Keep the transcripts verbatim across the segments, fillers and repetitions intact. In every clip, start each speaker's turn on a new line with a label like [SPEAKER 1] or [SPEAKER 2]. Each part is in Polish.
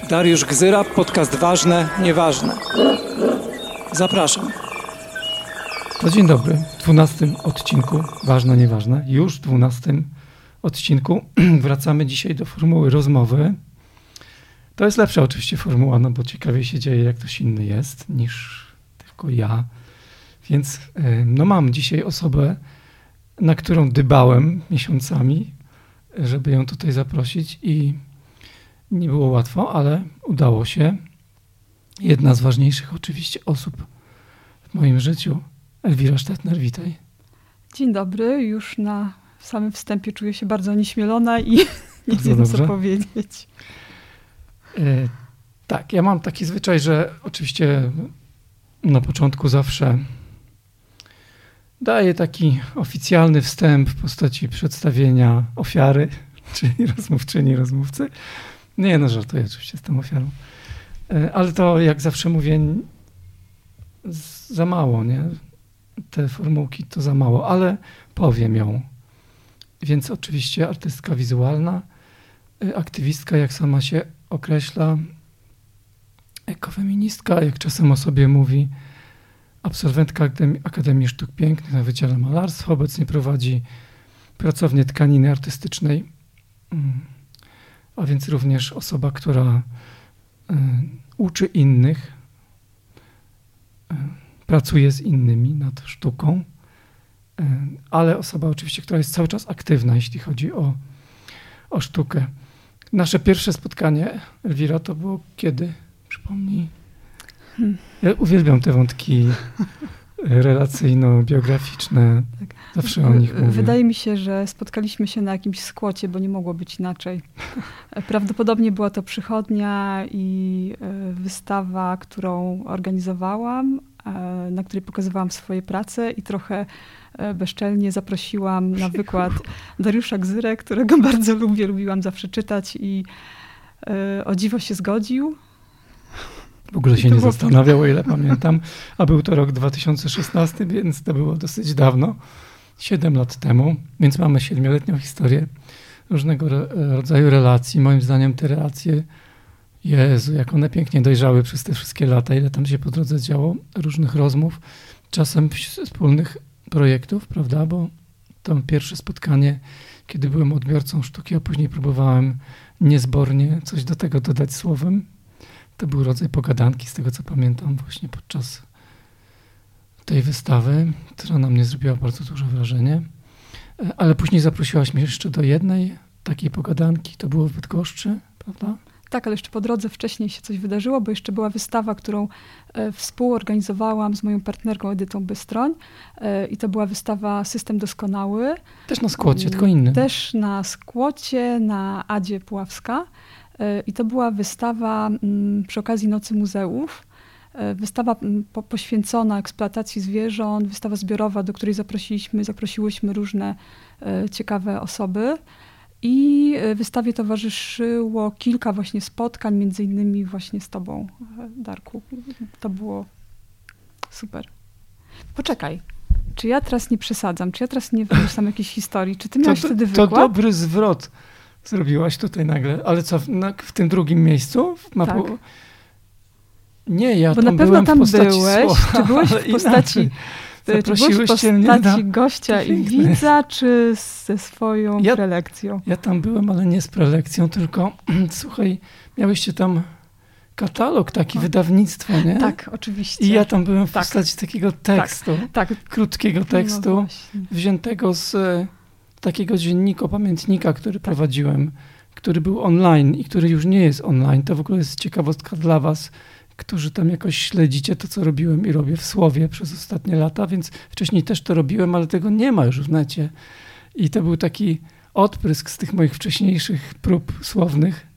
[SPEAKER 1] Dariusz Gzyra, podcast Ważne, Nieważne. Zapraszam.
[SPEAKER 2] To dzień dobry. W dwunastym odcinku Ważne, Nieważne. Już w dwunastym odcinku wracamy dzisiaj do formuły rozmowy. To jest lepsza oczywiście formuła, no bo ciekawiej się dzieje, jak ktoś inny jest, niż tylko ja. Więc no mam dzisiaj osobę, na którą dbałem miesiącami, żeby ją tutaj zaprosić i nie było łatwo, ale udało się. Jedna z ważniejszych oczywiście osób w moim życiu, Elwira Sztetner, witaj.
[SPEAKER 3] Dzień dobry, już na samym wstępie czuję się bardzo nieśmielona i nie wiem,
[SPEAKER 2] dobrze.
[SPEAKER 3] co powiedzieć.
[SPEAKER 2] E, tak, ja mam taki zwyczaj, że oczywiście na początku zawsze daję taki oficjalny wstęp w postaci przedstawienia ofiary, czyli rozmówczyni, rozmówcy. Nie, no żartuję, oczywiście jestem ofiarą. Ale to, jak zawsze mówię, za mało, nie? Te formułki to za mało, ale powiem ją. Więc oczywiście artystka wizualna, aktywistka, jak sama się określa, ekofeministka, jak czasem o sobie mówi, absolwentka Akademii, Akademii Sztuk Pięknych na Wydziale Malarstwa, obecnie prowadzi pracownię tkaniny artystycznej, a więc również osoba, która y, uczy innych, y, pracuje z innymi nad sztuką, y, ale osoba oczywiście, która jest cały czas aktywna, jeśli chodzi o, o sztukę. Nasze pierwsze spotkanie, Elwira, to było kiedy? Przypomnij. Hmm. Ja uwielbiam te wątki relacyjno-biograficzne. Tak. Zawsze o nich mówię.
[SPEAKER 3] Wydaje mi się, że spotkaliśmy się na jakimś skłocie, bo nie mogło być inaczej. Prawdopodobnie była to przychodnia i wystawa, którą organizowałam, na której pokazywałam swoje prace i trochę bezczelnie zaprosiłam na wykład Dariusza Gzyrę, którego bardzo lubię, lubiłam zawsze czytać i o dziwo się zgodził.
[SPEAKER 2] W ogóle się nie zastanawiał, o ile pamiętam, a był to rok dwa tysiące szesnasty, więc to było dosyć dawno, siedem lat temu, więc mamy siedmioletnią historię różnego rodzaju relacji. Moim zdaniem te relacje, Jezu, jak one pięknie dojrzały przez te wszystkie lata, ile tam się po drodze działo, różnych rozmów, czasem wspólnych projektów, prawda, bo to pierwsze spotkanie, kiedy byłem odbiorcą sztuki, a później próbowałem niezbornie coś do tego dodać słowem. To był rodzaj pogadanki, z tego co pamiętam, właśnie podczas tej wystawy, która na mnie zrobiła bardzo duże wrażenie. Ale później zaprosiłaś mnie jeszcze do jednej takiej pogadanki, to było w Bydgoszczy, prawda?
[SPEAKER 3] Tak, ale jeszcze po drodze wcześniej się coś wydarzyło, bo jeszcze była wystawa, którą współorganizowałam z moją partnerką Edytą Bystroń i to była wystawa System Doskonały.
[SPEAKER 2] Też na skłocie, tylko innym.
[SPEAKER 3] Też na skłocie, na Adzie Puławska. I to była wystawa przy okazji Nocy Muzeów. Wystawa po, poświęcona eksploatacji zwierząt, wystawa zbiorowa, do której zaprosiliśmy, zaprosiłyśmy różne ciekawe osoby. I wystawie towarzyszyło kilka właśnie spotkań, między innymi właśnie z tobą, Darku. To było super. Poczekaj, czy ja teraz nie przesadzam? Czy ja teraz nie wymyślam jakiejś historii? Czy ty miałeś
[SPEAKER 2] to,
[SPEAKER 3] wtedy wykład?
[SPEAKER 2] To dobry zwrot zrobiłaś tutaj nagle. Ale co, na, w tym drugim miejscu? Ma
[SPEAKER 3] tak.
[SPEAKER 2] po... Nie, ja
[SPEAKER 3] Bo
[SPEAKER 2] tam
[SPEAKER 3] na pewno
[SPEAKER 2] byłem
[SPEAKER 3] tam
[SPEAKER 2] w postaci
[SPEAKER 3] byłeś.
[SPEAKER 2] słowa,
[SPEAKER 3] Czy byłeś w postaci... Czy byłeś w postaci
[SPEAKER 2] na...
[SPEAKER 3] gościa i widza, czy ze swoją
[SPEAKER 2] ja,
[SPEAKER 3] prelekcją?
[SPEAKER 2] Ja tam byłem, ale nie z prelekcją, tylko słuchaj, miałyście tam katalog, taki, o. wydawnictwo, nie?
[SPEAKER 3] Tak, oczywiście.
[SPEAKER 2] I ja tam byłem w
[SPEAKER 3] tak.
[SPEAKER 2] postaci takiego tekstu, tak, tak. krótkiego tekstu, no wziętego z takiego dziennika, pamiętnika, który prowadziłem, który był online i który już nie jest online. To w ogóle jest ciekawostka dla was, którzy tam jakoś śledzicie to, co robiłem i robię w słowie przez ostatnie lata, więc wcześniej też to robiłem, ale tego nie ma już w necie. I to był taki odprysk z tych moich wcześniejszych prób słownych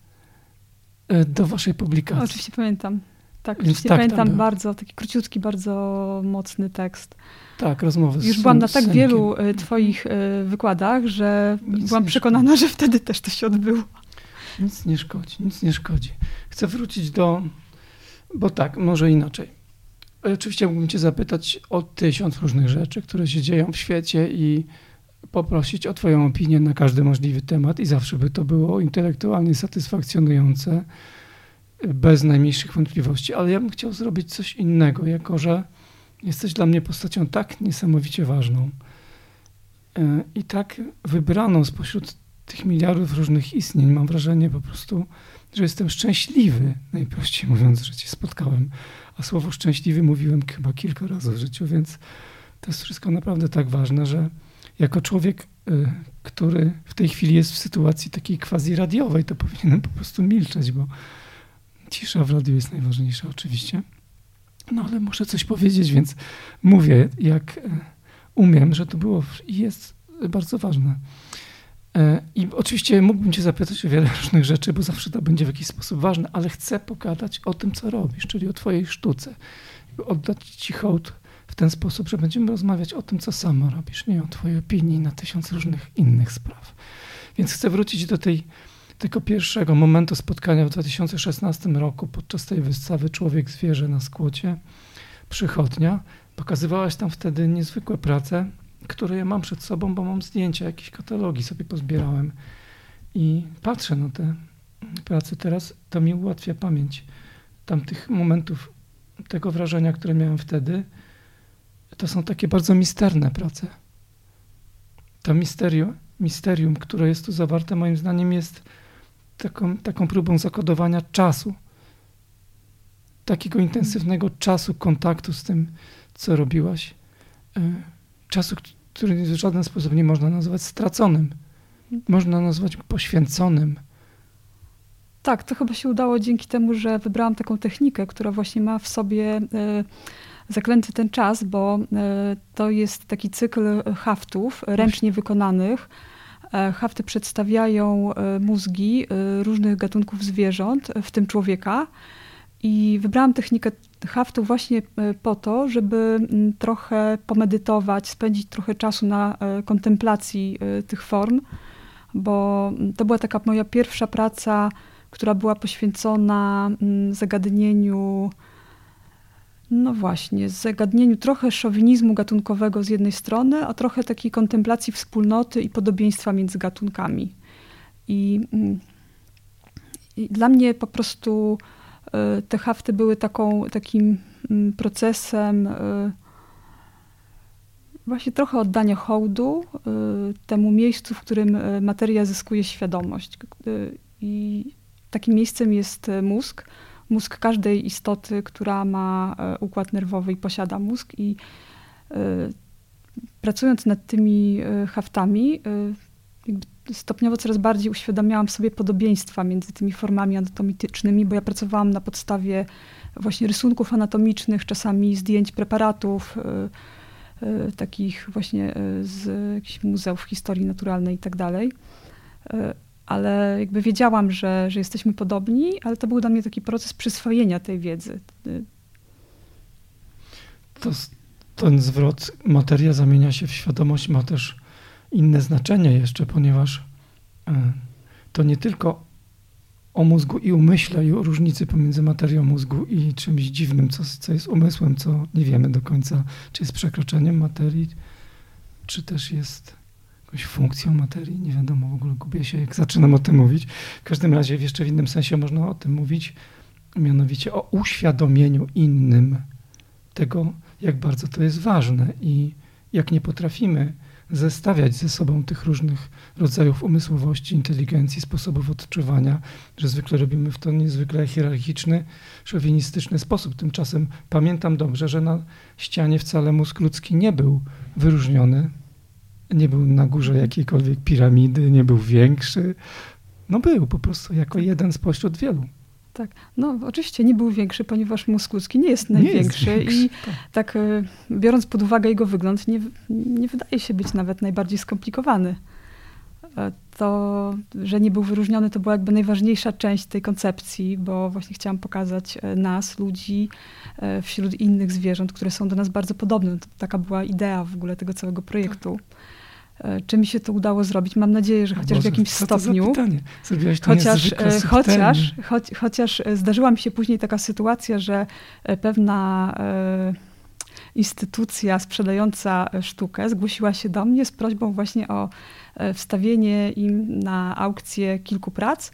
[SPEAKER 2] do waszej publikacji.
[SPEAKER 3] Oczywiście pamiętam. Tak,
[SPEAKER 2] więc
[SPEAKER 3] oczywiście
[SPEAKER 2] tak,
[SPEAKER 3] pamiętam bardzo, taki króciutki, bardzo mocny tekst.
[SPEAKER 2] Tak, rozmowy z
[SPEAKER 3] Już byłam na tak
[SPEAKER 2] synkiem.
[SPEAKER 3] wielu twoich wykładach, że nic byłam przekonana, szkodzi. Że wtedy też to się odbyło.
[SPEAKER 2] Nic nie szkodzi, nic nie szkodzi. Chcę wrócić do... Bo tak, może inaczej. Oczywiście mógłbym cię zapytać o tysiąc różnych rzeczy, które się dzieją w świecie i poprosić o twoją opinię na każdy możliwy temat i zawsze by to było intelektualnie satysfakcjonujące. bez najmniejszych wątpliwości, ale ja bym chciał zrobić coś innego, jako że jesteś dla mnie postacią tak niesamowicie ważną i tak wybraną spośród tych miliardów różnych istnień. Mam wrażenie po prostu, że jestem szczęśliwy, najprościej mówiąc, że cię spotkałem. A słowo szczęśliwy mówiłem chyba kilka razy w życiu, więc to jest wszystko naprawdę tak ważne, że jako człowiek, który w tej chwili jest w sytuacji takiej quasi radiowej, to powinienem po prostu milczeć, bo cisza w radiu jest najważniejsza oczywiście. No ale muszę coś powiedzieć, więc mówię, jak umiem, że to było i jest bardzo ważne. I oczywiście mógłbym cię zapytać o wiele różnych rzeczy, bo zawsze to będzie w jakiś sposób ważne, ale chcę pogadać o tym, co robisz, czyli o twojej sztuce. Oddać ci hołd w ten sposób, że będziemy rozmawiać o tym, co sama robisz, nie o twojej opinii na tysiąc różnych innych spraw. Więc chcę wrócić do tej, tego pierwszego momentu spotkania w dwa tysiące szesnastym roku podczas tej wystawy Człowiek zwierzę na Skłocie, Przychodnia. Pokazywałaś tam wtedy niezwykłe prace, które ja mam przed sobą, bo mam zdjęcia, jakieś katalogi sobie pozbierałem i patrzę na te prace teraz, to mi ułatwia pamięć tamtych momentów, tego wrażenia, które miałem wtedy. To są takie bardzo misterne prace. To misterium, misterium, które jest tu zawarte, moim zdaniem jest taką, taką próbą zakodowania czasu, takiego intensywnego czasu kontaktu z tym, co robiłaś. Czasu, który w żaden sposób nie można nazwać straconym. Można nazwać poświęconym.
[SPEAKER 3] Tak, to chyba się udało dzięki temu, że wybrałam taką technikę, która właśnie ma w sobie zaklęty ten czas, bo to jest taki cykl haftów ręcznie wykonanych. Hafty przedstawiają mózgi różnych gatunków zwierząt, w tym człowieka. I wybrałam technikę haftu właśnie po to, żeby trochę pomedytować, spędzić trochę czasu na kontemplacji tych form, bo to była taka moja pierwsza praca, która była poświęcona zagadnieniu, no właśnie, zagadnieniu trochę szowinizmu gatunkowego z jednej strony, a trochę takiej kontemplacji wspólnoty i podobieństwa między gatunkami. I, i dla mnie po prostu te hafty były taką, takim procesem właśnie trochę oddania hołdu temu miejscu, w którym materia zyskuje świadomość. I takim miejscem jest mózg. Mózg każdej istoty, która ma układ nerwowy i posiada mózg. I pracując nad tymi haftami, stopniowo coraz bardziej uświadamiałam sobie podobieństwa między tymi formami anatomicznymi, bo ja pracowałam na podstawie właśnie rysunków anatomicznych, czasami zdjęć preparatów, y, y, takich właśnie z jakichś muzeów historii naturalnej i tak dalej. Ale jakby wiedziałam, że, że jesteśmy podobni, ale to był dla mnie taki proces przyswojenia tej wiedzy.
[SPEAKER 2] To, ten zwrot materia zamienia się w świadomość ma też inne znaczenie jeszcze, ponieważ to nie tylko o mózgu i umyśle i o różnicy pomiędzy materią mózgu i czymś dziwnym, co, co jest umysłem, co nie wiemy do końca, czy jest przekroczeniem materii, czy też jest jakąś funkcją materii. Nie wiadomo, w ogóle gubię się, jak zaczynam o tym mówić. W każdym razie jeszcze w innym sensie można o tym mówić, mianowicie o uświadomieniu innym tego, jak bardzo to jest ważne i jak nie potrafimy zestawiać ze sobą tych różnych rodzajów umysłowości, inteligencji, sposobów odczuwania, że zwykle robimy w to niezwykle hierarchiczny, szowinistyczny sposób. Tymczasem pamiętam dobrze, że na ścianie wcale mózg ludzki nie był wyróżniony, nie był na górze jakiejkolwiek piramidy, nie był większy. No był po prostu jako jeden spośród wielu.
[SPEAKER 3] Tak, no oczywiście nie był większy, ponieważ mózg ludzki nie jest największy nie jest większy, i tak, tak biorąc pod uwagę jego wygląd, nie, nie wydaje się być nawet najbardziej skomplikowany. To, że nie był wyróżniony, to była jakby najważniejsza część tej koncepcji, bo właśnie chciałam pokazać nas, ludzi, wśród innych zwierząt, które są do nas bardzo podobne. To taka była idea w ogóle tego całego projektu. Tak. Czy mi się to udało zrobić? Mam nadzieję, że chociaż Boże, w jakimś stopniu.
[SPEAKER 2] Zrobiłaś to
[SPEAKER 3] chociaż, chociaż, choć, chociaż zdarzyła mi się później taka sytuacja, że pewna e, instytucja sprzedająca sztukę zgłosiła się do mnie z prośbą właśnie o wstawienie im na aukcję kilku prac.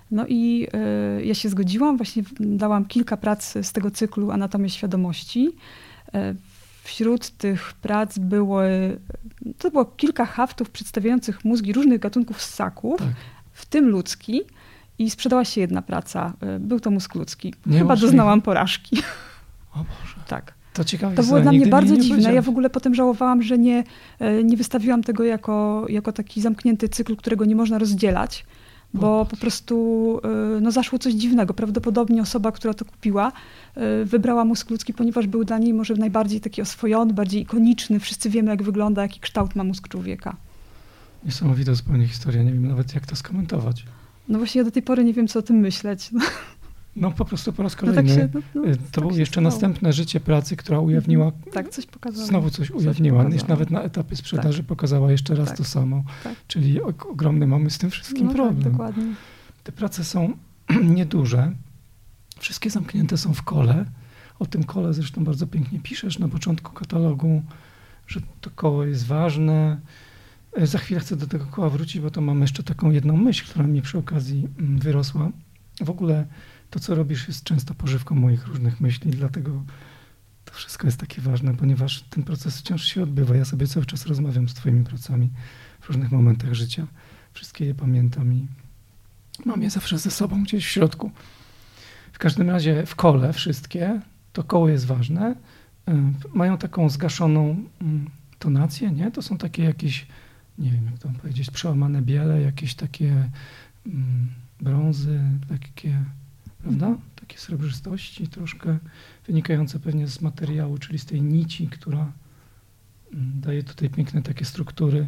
[SPEAKER 3] No i y, ja się zgodziłam, właśnie dałam kilka prac z tego cyklu Anatomia świadomości. Y, wśród tych prac było, to było kilka haftów przedstawiających mózgi różnych gatunków ssaków, tak. w tym ludzki. I sprzedała się jedna praca. Y, był to mózg ludzki. Nie Chyba doznałam porażki.
[SPEAKER 2] O Boże.
[SPEAKER 3] Tak.
[SPEAKER 2] To ciekawe.
[SPEAKER 3] To było dla mnie bardzo nie dziwne. Ja w ogóle potem żałowałam, że nie, nie wystawiłam tego jako, jako taki zamknięty cykl, którego nie można rozdzielać. Bo po prostu no, zaszło coś dziwnego. Prawdopodobnie osoba, która to kupiła, wybrała mózg ludzki, ponieważ był dla niej może najbardziej taki oswojony, bardziej ikoniczny. Wszyscy wiemy, jak wygląda, jaki kształt ma mózg człowieka.
[SPEAKER 2] Niesamowita zupełnie historia. Nie wiem nawet, jak to skomentować.
[SPEAKER 3] No właśnie ja do tej pory nie wiem, co o tym myśleć.
[SPEAKER 2] No po prostu po raz kolejny. No tak się, no, no, to tak było jeszcze stało. Następne życie pracy, która ujawniła,
[SPEAKER 3] tak, coś pokazała.
[SPEAKER 2] Znowu coś ujawniła, coś niż nawet na etapie sprzedaży tak. pokazała jeszcze raz tak. to samo. Tak. Czyli ogromny mamy z tym wszystkim no problem.
[SPEAKER 3] Tak, dokładnie.
[SPEAKER 2] Te prace są nieduże. Wszystkie zamknięte są w kole. O tym kole zresztą bardzo pięknie piszesz na początku katalogu, że to koło jest ważne. Za chwilę chcę do tego koła wrócić, bo to mam jeszcze taką jedną myśl, która mi przy okazji wyrosła. W ogóle to, co robisz, jest często pożywką moich różnych myśli, dlatego to wszystko jest takie ważne, ponieważ ten proces wciąż się odbywa. Ja sobie cały czas rozmawiam z twoimi pracami w różnych momentach życia. Wszystkie je pamiętam i mam je zawsze ze sobą gdzieś w środku. W każdym razie w kole wszystkie, to koło jest ważne, mają taką zgaszoną tonację, nie? To są takie jakieś, nie wiem jak to powiedzieć, przełamane biele, jakieś takie brązy, takie, prawda? Takie srebrzystości troszkę wynikające pewnie z materiału, czyli z tej nici, która daje tutaj piękne takie struktury.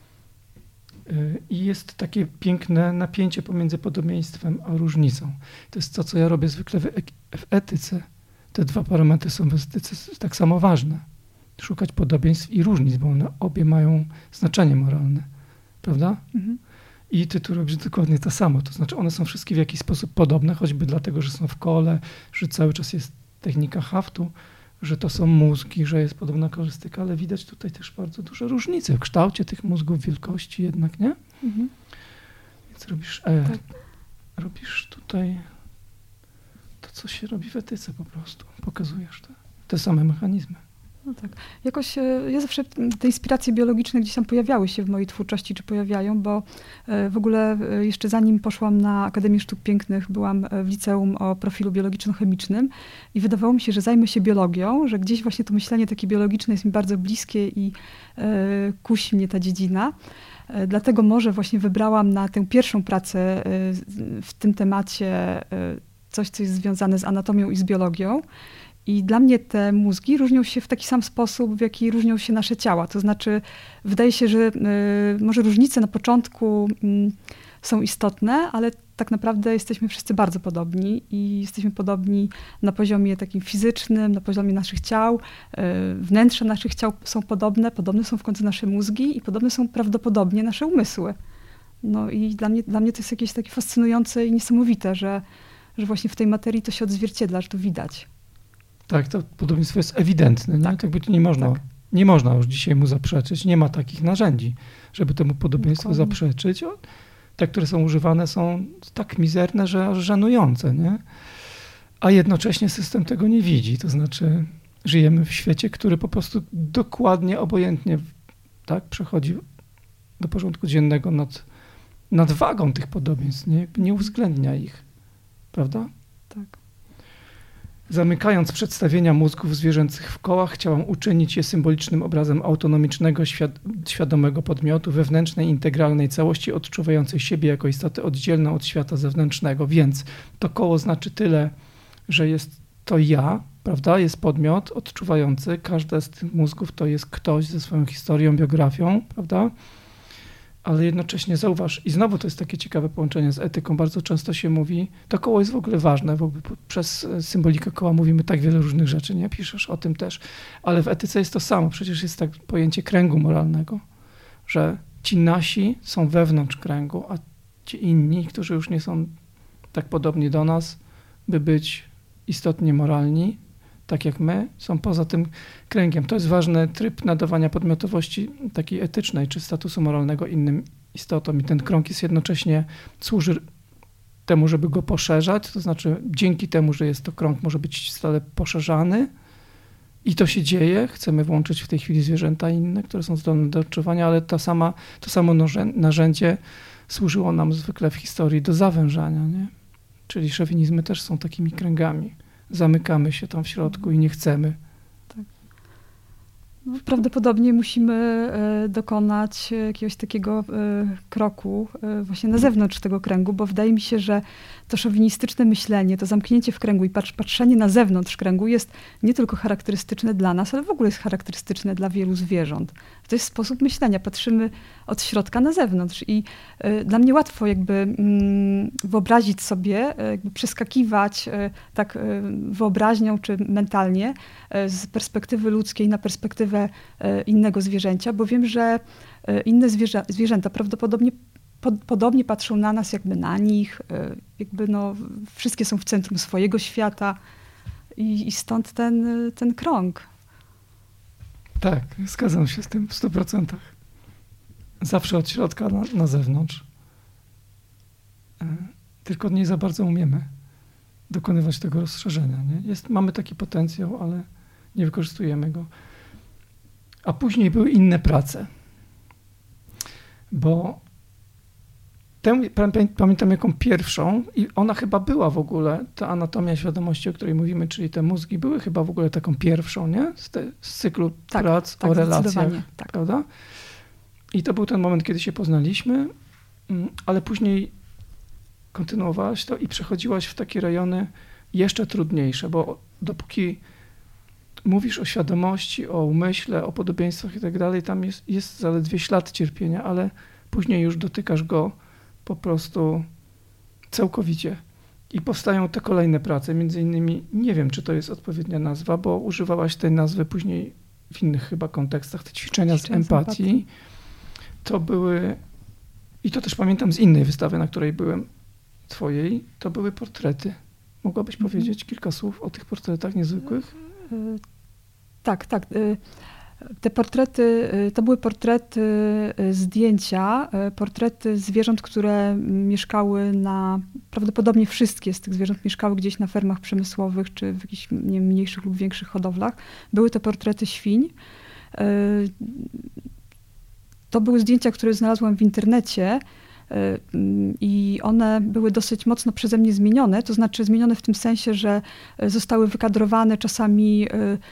[SPEAKER 2] I jest takie piękne napięcie pomiędzy podobieństwem a różnicą. To jest to, co ja robię zwykle w, w etyce. Te dwa parametry są w etyce tak samo ważne. Szukać podobieństw i różnic, bo one obie mają znaczenie moralne. Prawda? Mhm. I ty tu robisz dokładnie to samo. To znaczy one są wszystkie w jakiś sposób podobne, choćby dlatego, że są w kole, że cały czas jest technika haftu, że to są mózgi, że jest podobna kolorystyka, ale widać tutaj też bardzo duże różnice w kształcie tych mózgów, wielkości jednak, nie? Mhm. Więc robisz, e, tak. robisz tutaj to, co się robi w etyce po prostu. Pokazujesz te, te same mechanizmy.
[SPEAKER 3] No tak. Jakoś ja zawsze te inspiracje biologiczne gdzieś tam pojawiały się w mojej twórczości, czy pojawiają, bo w ogóle jeszcze zanim poszłam na Akademię Sztuk Pięknych, byłam w liceum o profilu biologiczno-chemicznym i wydawało mi się, że zajmę się biologią, że gdzieś właśnie to myślenie takie biologiczne jest mi bardzo bliskie i kusi mnie ta dziedzina. Dlatego może właśnie wybrałam na tę pierwszą pracę w tym temacie coś, co jest związane z anatomią i z biologią. I dla mnie te mózgi różnią się w taki sam sposób, w jaki różnią się nasze ciała. To znaczy, wydaje się, że y, może różnice na początku y, są istotne, ale tak naprawdę jesteśmy wszyscy bardzo podobni i jesteśmy podobni na poziomie takim fizycznym, na poziomie naszych ciał. Y, wnętrza naszych ciał są podobne, podobne są w końcu nasze mózgi i podobne są prawdopodobnie nasze umysły. No i dla mnie, dla mnie to jest jakieś takie fascynujące i niesamowite, że, że właśnie w tej materii to się odzwierciedla, że to widać.
[SPEAKER 2] Tak, to podobieństwo jest ewidentne. Nie?
[SPEAKER 3] Tak.
[SPEAKER 2] Tak by nie można, tak. nie można już dzisiaj mu zaprzeczyć. Nie ma takich narzędzi, żeby temu podobieństwu Dokładnie. zaprzeczyć. O, te, które są używane, są tak mizerne, że aż żenujące. Nie? A jednocześnie system tego nie widzi. To znaczy żyjemy w świecie, który po prostu dokładnie, obojętnie tak, przechodzi do porządku dziennego nad, nad wagą tych podobieństw. Nie, nie uwzględnia ich. Prawda?
[SPEAKER 3] Tak.
[SPEAKER 2] Zamykając przedstawienia mózgów zwierzęcych w kołach, chciałam uczynić je symbolicznym obrazem autonomicznego, świad- świadomego podmiotu, wewnętrznej, integralnej całości, odczuwającej siebie jako istotę oddzielną od świata zewnętrznego. Więc to koło znaczy tyle, że jest to ja, prawda? Jest podmiot odczuwający. Każde z tych mózgów to jest ktoś ze swoją historią, biografią, prawda? Ale jednocześnie zauważ, i znowu to jest takie ciekawe połączenie z etyką, bardzo często się mówi, to koło jest w ogóle ważne, w ogóle przez symbolikę koła mówimy tak wiele różnych rzeczy, nie? Piszesz o tym też, ale w etyce jest to samo, przecież jest tak pojęcie kręgu moralnego, że ci nasi są wewnątrz kręgu, a ci inni, którzy już nie są tak podobni do nas, by być istotnie moralni, tak jak my, są poza tym kręgiem. To jest ważny tryb nadawania podmiotowości takiej etycznej czy statusu moralnego innym istotom. I ten krąg jest jednocześnie, służy temu, żeby go poszerzać, to znaczy dzięki temu, że jest to krąg, może być stale poszerzany i to się dzieje. Chcemy włączyć w tej chwili zwierzęta inne, które są zdolne do odczuwania, ale ta sama, to samo narzędzie służyło nam zwykle w historii do zawężania, nie? Czyli szowinizmy też są takimi kręgami. Zamykamy się tam w środku i nie chcemy.
[SPEAKER 3] Tak. No, prawdopodobnie musimy dokonać jakiegoś takiego kroku właśnie na zewnątrz tego kręgu, bo wydaje mi się, że to szowinistyczne myślenie, to zamknięcie w kręgu i patrzenie na zewnątrz kręgu jest nie tylko charakterystyczne dla nas, ale w ogóle jest charakterystyczne dla wielu zwierząt. To jest sposób myślenia. Patrzymy od środka na zewnątrz i dla mnie łatwo jakby wyobrazić sobie, jakby przeskakiwać tak wyobraźnią czy mentalnie z perspektywy ludzkiej na perspektywę innego zwierzęcia, bo wiem, że inne zwierzę, zwierzęta prawdopodobnie podobnie patrzą na nas, jakby na nich, jakby no, wszystkie są w centrum swojego świata i, i stąd ten, ten krąg.
[SPEAKER 2] Tak, zgadzam się z tym w stu procentach. Zawsze od środka na, na zewnątrz. Tylko nie za bardzo umiemy dokonywać tego rozszerzenia. Nie? Jest, mamy taki potencjał, ale nie wykorzystujemy go. A później były inne prace. Bo tę, pamiętam jaką pierwszą, i ona chyba była w ogóle, ta anatomia świadomości, o której mówimy, czyli te mózgi, były chyba w ogóle taką pierwszą, nie? Z, te, z cyklu
[SPEAKER 3] tak,
[SPEAKER 2] prac
[SPEAKER 3] tak,
[SPEAKER 2] o relacjach,
[SPEAKER 3] tak.
[SPEAKER 2] Prawda? I to był ten moment, kiedy się poznaliśmy, ale później kontynuowałaś to i przechodziłaś w takie rejony jeszcze trudniejsze, bo dopóki mówisz o świadomości, o umyśle, o podobieństwach i tak dalej, tam jest, jest zaledwie ślad cierpienia, ale później już dotykasz go po prostu całkowicie. I powstają te kolejne prace, między innymi, nie wiem, czy to jest odpowiednia nazwa, bo używałaś tej nazwy później w innych chyba kontekstach, te ćwiczenia z empatii. To były, i to też pamiętam z innej wystawy, na której byłem, twojej, to były portrety. Mogłabyś mhm. powiedzieć kilka słów o tych portretach niezwykłych?
[SPEAKER 3] Tak, tak. Te portrety, to były portrety, zdjęcia, portrety zwierząt, które mieszkały na, prawdopodobnie wszystkie z tych zwierząt mieszkały gdzieś na fermach przemysłowych, czy w jakichś nie wiem, mniejszych lub większych hodowlach. Były to portrety świń. To były zdjęcia, które znalazłam w internecie i one były dosyć mocno przeze mnie zmienione, to znaczy zmienione w tym sensie, że zostały wykadrowane czasami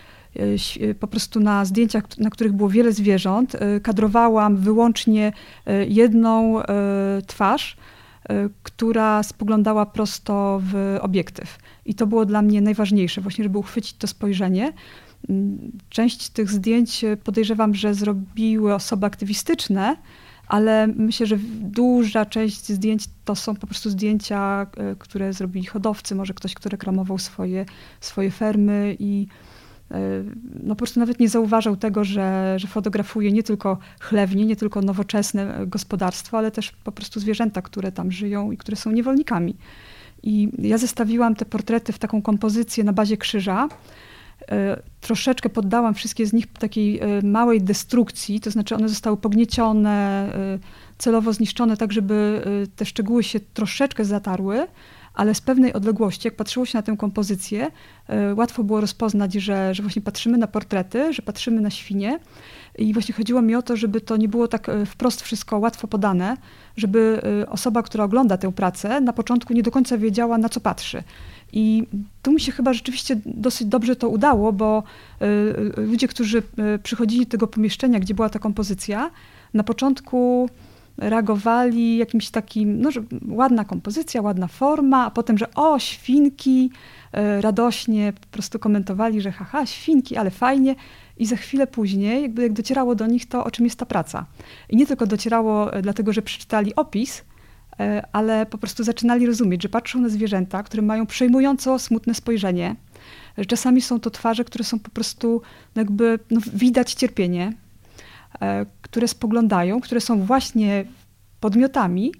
[SPEAKER 3] po prostu na zdjęciach, na których było wiele zwierząt. Kadrowałam wyłącznie jedną twarz, która spoglądała prosto w obiektyw. I to było dla mnie najważniejsze, właśnie żeby uchwycić to spojrzenie. Część tych zdjęć podejrzewam, że zrobiły osoby aktywistyczne, ale myślę, że duża część zdjęć to są po prostu zdjęcia, które zrobili hodowcy, może ktoś, kto reklamował swoje, swoje fermy i no po prostu nawet nie zauważał tego, że, że fotografuje nie tylko chlewnie, nie tylko nowoczesne gospodarstwo, ale też po prostu zwierzęta, które tam żyją i które są niewolnikami. I ja zestawiłam te portrety w taką kompozycję na bazie krzyża. Troszeczkę poddałam wszystkie z nich takiej małej destrukcji, to znaczy one zostały pogniecione, celowo zniszczone tak, żeby te szczegóły się troszeczkę zatarły, ale z pewnej odległości, jak patrzyło się na tę kompozycję, łatwo było rozpoznać, że, że właśnie patrzymy na portrety, że patrzymy na świnie. I właśnie chodziło mi o to, żeby to nie było tak wprost wszystko łatwo podane, żeby osoba, która ogląda tę pracę, na początku nie do końca wiedziała, na co patrzy. I tu mi się chyba rzeczywiście dosyć dobrze to udało, bo ludzie, którzy przychodzili do tego pomieszczenia, gdzie była ta kompozycja, na początku reagowali jakimś takim, no, że ładna kompozycja, ładna forma, a potem, że o, świnki, radośnie po prostu komentowali, że haha, świnki, ale fajnie. I za chwilę później, jakby jak docierało do nich to, o czym jest ta praca. I nie tylko docierało dlatego, że przeczytali opis, ale po prostu zaczynali rozumieć, że patrzą na zwierzęta, które mają przejmująco smutne spojrzenie. Że czasami są to twarze, które są po prostu jakby, no, widać cierpienie, które spoglądają, które są właśnie podmiotami.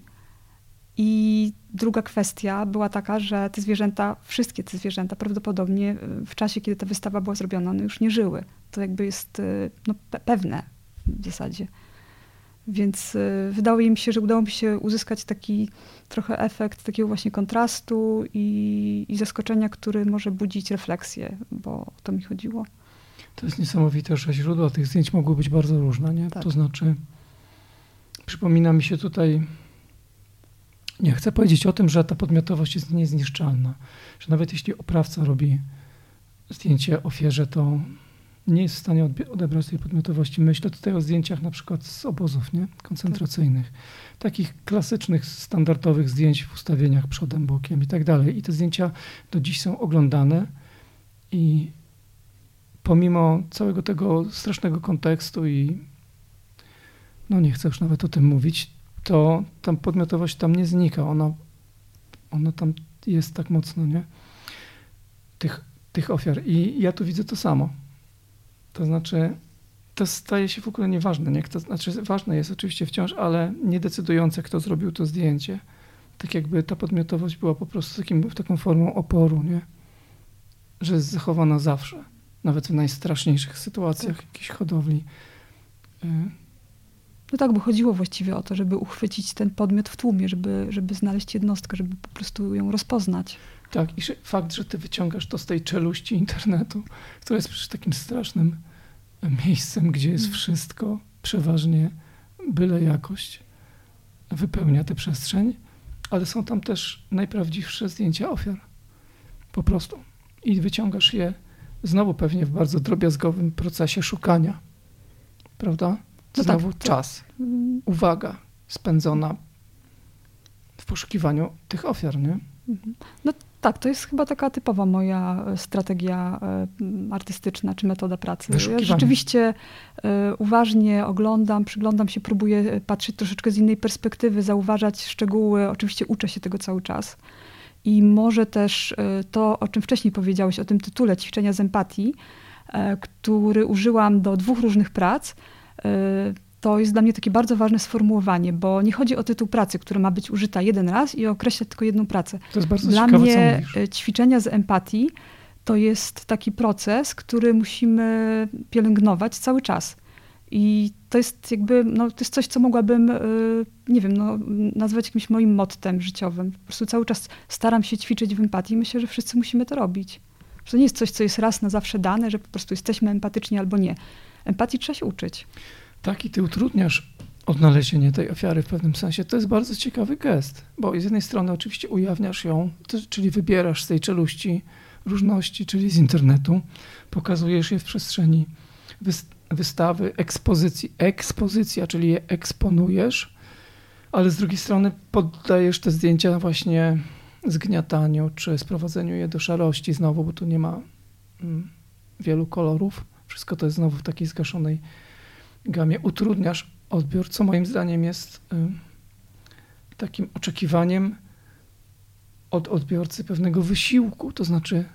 [SPEAKER 3] I druga kwestia była taka, że te zwierzęta, wszystkie te zwierzęta prawdopodobnie w czasie, kiedy ta wystawa była zrobiona, one już nie żyły. To jakby jest no, pe- pewne w zasadzie. Więc wydało mi się, że udało mi się uzyskać taki trochę efekt takiego właśnie kontrastu i, i zaskoczenia, który może budzić refleksję, bo o to mi chodziło.
[SPEAKER 2] To jest niesamowite, że źródła tych zdjęć mogły być bardzo różne, nie?
[SPEAKER 3] Tak.
[SPEAKER 2] To znaczy, przypomina mi się tutaj, nie chcę powiedzieć o tym, że ta podmiotowość jest niezniszczalna, że nawet jeśli oprawca robi zdjęcie ofierze, to nie jest w stanie odebrać tej podmiotowości. Myślę tutaj o zdjęciach na przykład z obozów, nie? Koncentracyjnych. Tak. Takich klasycznych, standardowych zdjęć w ustawieniach przodem, bokiem i tak dalej. I te zdjęcia do dziś są oglądane i pomimo całego tego strasznego kontekstu i no nie chcę już nawet o tym mówić, to tam podmiotowość tam nie znika. Ona, ona tam jest tak mocno, nie? Tych, tych ofiar. I ja tu widzę to samo. To znaczy, to staje się w ogóle nieważne. Nie? To znaczy, ważne jest oczywiście wciąż, ale niedecydujące, kto zrobił to zdjęcie. Tak jakby ta podmiotowość była po prostu takim, taką formą oporu, nie? Że jest zachowana zawsze. Nawet w najstraszniejszych sytuacjach tak. Jakiejś hodowli.
[SPEAKER 3] No tak, bo chodziło właściwie o to, żeby uchwycić ten podmiot w tłumie, żeby, żeby znaleźć jednostkę, żeby po prostu ją rozpoznać.
[SPEAKER 2] Tak, i fakt, że ty wyciągasz to z tej czeluści internetu, która jest przecież takim strasznym miejscem, gdzie jest wszystko, przeważnie byle jakość wypełnia tę przestrzeń, ale są tam też najprawdziwsze zdjęcia ofiar. Po prostu. I wyciągasz je znowu pewnie w bardzo drobiazgowym procesie szukania. Prawda? Znowu no tak, czas, tak. Uwaga spędzona w poszukiwaniu tych ofiar, nie?
[SPEAKER 3] No tak, to jest chyba taka typowa moja strategia artystyczna czy metoda pracy. Ja rzeczywiście uważnie oglądam, przyglądam się, próbuję patrzeć troszeczkę z innej perspektywy, zauważać szczegóły. Oczywiście uczę się tego cały czas. I może też to, o czym wcześniej powiedziałeś, o tym tytule Ćwiczenia z empatii, który użyłam do dwóch różnych prac, to jest dla mnie takie bardzo ważne sformułowanie, bo nie chodzi o tytuł pracy, która ma być użyta jeden raz i określa tylko jedną pracę.
[SPEAKER 2] To jest bardzo
[SPEAKER 3] dla
[SPEAKER 2] ciekawe,
[SPEAKER 3] mnie
[SPEAKER 2] co mówisz.
[SPEAKER 3] Ćwiczenia z empatii to jest taki proces, który musimy pielęgnować cały czas. I to jest jakby, no, to jest coś, co mogłabym, nie wiem, no, nazwać jakimś moim mottem życiowym. Po prostu cały czas staram się ćwiczyć w empatii i myślę, że wszyscy musimy to robić. Że to nie jest coś, co jest raz na zawsze dane, że po prostu jesteśmy empatyczni albo nie. Empatii trzeba się uczyć.
[SPEAKER 2] Tak, i ty utrudniasz odnalezienie tej ofiary w pewnym sensie. To jest bardzo ciekawy gest, bo z jednej strony oczywiście ujawniasz ją, czyli wybierasz z tej czeluści różności, czyli z internetu, pokazujesz je w przestrzeni wystawy, ekspozycji. Ekspozycja, czyli je eksponujesz, ale z drugiej strony poddajesz te zdjęcia właśnie zgniataniu, czy sprowadzeniu je do szarości znowu, bo tu nie ma mm, wielu kolorów. Wszystko to jest znowu w takiej zgaszonej gamie. Utrudniasz odbiór, co moim zdaniem jest y, takim oczekiwaniem od odbiorcy pewnego wysiłku. To znaczy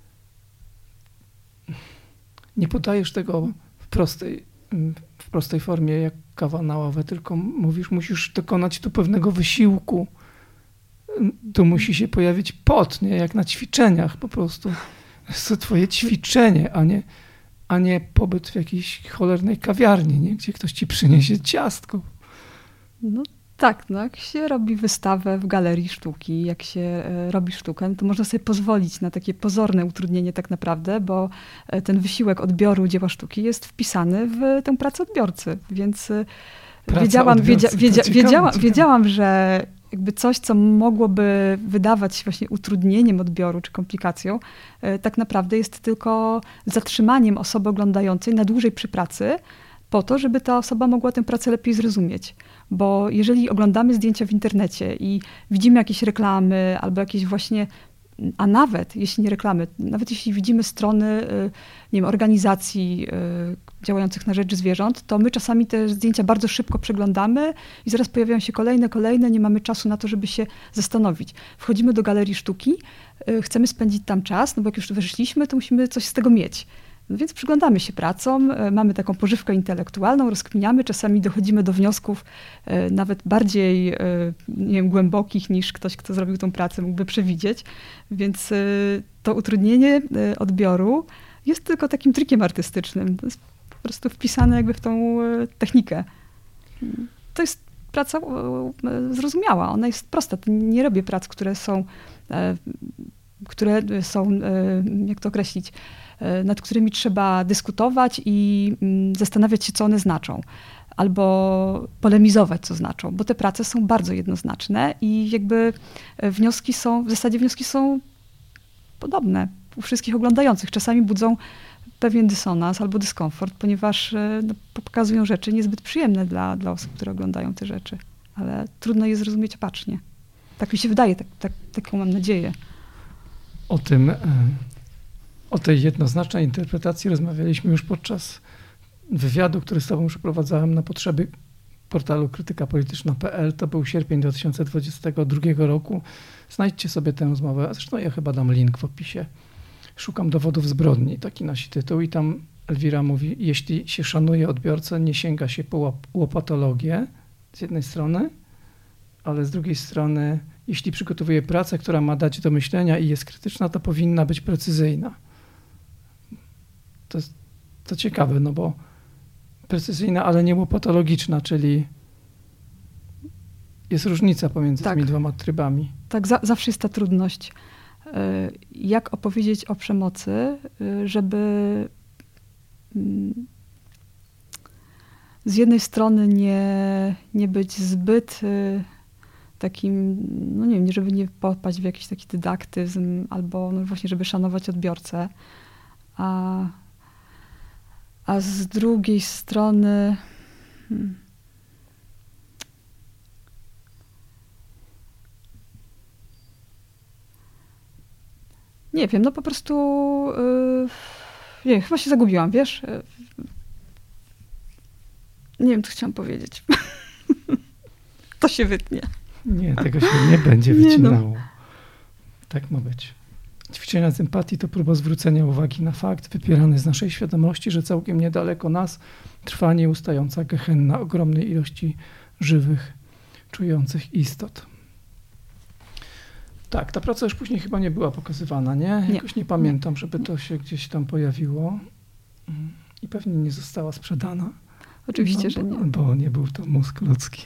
[SPEAKER 2] nie podajesz tego w prostej, w prostej formie jak kawa na ławę, tylko mówisz, musisz dokonać tu pewnego wysiłku. Tu musi się pojawić pot, nie? Jak na ćwiczeniach po prostu. Jest to twoje ćwiczenie, a nie a nie pobyt w jakiejś cholernej kawiarni, nie? Gdzie ktoś ci przyniesie ciastko.
[SPEAKER 3] No tak, no jak się robi wystawę w galerii sztuki, jak się robi sztukę, no to można sobie pozwolić na takie pozorne utrudnienie tak naprawdę, bo ten wysiłek odbioru dzieła sztuki jest wpisany w tę pracę odbiorcy, więc Praca wiedziałam, odbiorcy, wiedzia, wiedzia, ciekawe, wiedziałam, ciekawe. wiedziałam, że jakby coś, co mogłoby wydawać się właśnie utrudnieniem odbioru czy komplikacją, tak naprawdę jest tylko zatrzymaniem osoby oglądającej na dłużej przy pracy, po to, żeby ta osoba mogła tę pracę lepiej zrozumieć. Bo jeżeli oglądamy zdjęcia w internecie i widzimy jakieś reklamy albo jakieś właśnie, a nawet jeśli nie reklamy, nawet jeśli widzimy strony, nie wiem, organizacji działających na rzecz zwierząt, to my czasami te zdjęcia bardzo szybko przeglądamy i zaraz pojawiają się kolejne, kolejne, nie mamy czasu na to, żeby się zastanowić. Wchodzimy do galerii sztuki, chcemy spędzić tam czas, no bo jak już weszliśmy, to musimy coś z tego mieć. No więc przyglądamy się pracom, mamy taką pożywkę intelektualną, rozkminiamy, czasami dochodzimy do wniosków nawet bardziej, nie wiem, głębokich niż ktoś, kto zrobił tą pracę, mógłby przewidzieć. Więc to utrudnienie odbioru jest tylko takim trikiem artystycznym. To jest po prostu wpisane jakby w tą technikę. to jest praca zrozumiała, ona jest prosta. Nie robię prac, które są, które są, jak to określić, nad którymi trzeba dyskutować i zastanawiać się, co one znaczą. Albo polemizować, co znaczą, bo te prace są bardzo jednoznaczne i jakby wnioski są, w zasadzie wnioski są podobne u wszystkich oglądających. Czasami budzą pewien dysonans albo dyskomfort, ponieważ no, pokazują rzeczy niezbyt przyjemne dla, dla osób, które oglądają te rzeczy. Ale trudno je zrozumieć opacznie. Tak mi się wydaje, tak, tak, taką mam nadzieję.
[SPEAKER 2] O tym, o tej jednoznacznej interpretacji rozmawialiśmy już podczas wywiadu, który z tobą przeprowadzałem na potrzeby portalu krytyka polityczna kropka p l. To był sierpień dwa tysiące dwudziestego drugiego roku. Znajdźcie sobie tę rozmowę, a zresztą ja chyba dam link w opisie. Szukam dowodów zbrodni, taki nosi tytuł i tam Elwira mówi, jeśli się szanuje odbiorcę, nie sięga się po łopatologię z jednej strony, ale z drugiej strony, jeśli przygotowuje pracę, która ma dać do myślenia i jest krytyczna, to powinna być precyzyjna. To jest to ciekawe, no bo precyzyjna, ale nie łopatologiczna, czyli jest różnica pomiędzy tak. tymi dwoma trybami.
[SPEAKER 3] Tak, za, zawsze jest ta trudność. Jak opowiedzieć o przemocy, żeby z jednej strony nie, nie być zbyt takim, no nie wiem, żeby nie popaść w jakiś taki dydaktyzm, albo no właśnie, żeby szanować odbiorcę, a, a z drugiej strony hmm, nie wiem, no po prostu yy, nie wiem, chyba się zagubiłam, wiesz? Nie wiem, co chciałam powiedzieć. To się wytnie.
[SPEAKER 2] Nie, tego się nie będzie wycinało. Nie no. Tak ma być. Ćwiczenia z empatii to próba zwrócenia uwagi na fakt wypierany z naszej świadomości, że całkiem niedaleko nas trwa nieustająca gehenna ogromnej ilości żywych, czujących istot. Tak, ta praca już później chyba nie była pokazywana, nie? Jakoś nie, nie pamiętam, żeby to się gdzieś tam pojawiło i pewnie nie została sprzedana.
[SPEAKER 3] Oczywiście,
[SPEAKER 2] no,
[SPEAKER 3] że nie.
[SPEAKER 2] Bo nie był to mózg ludzki.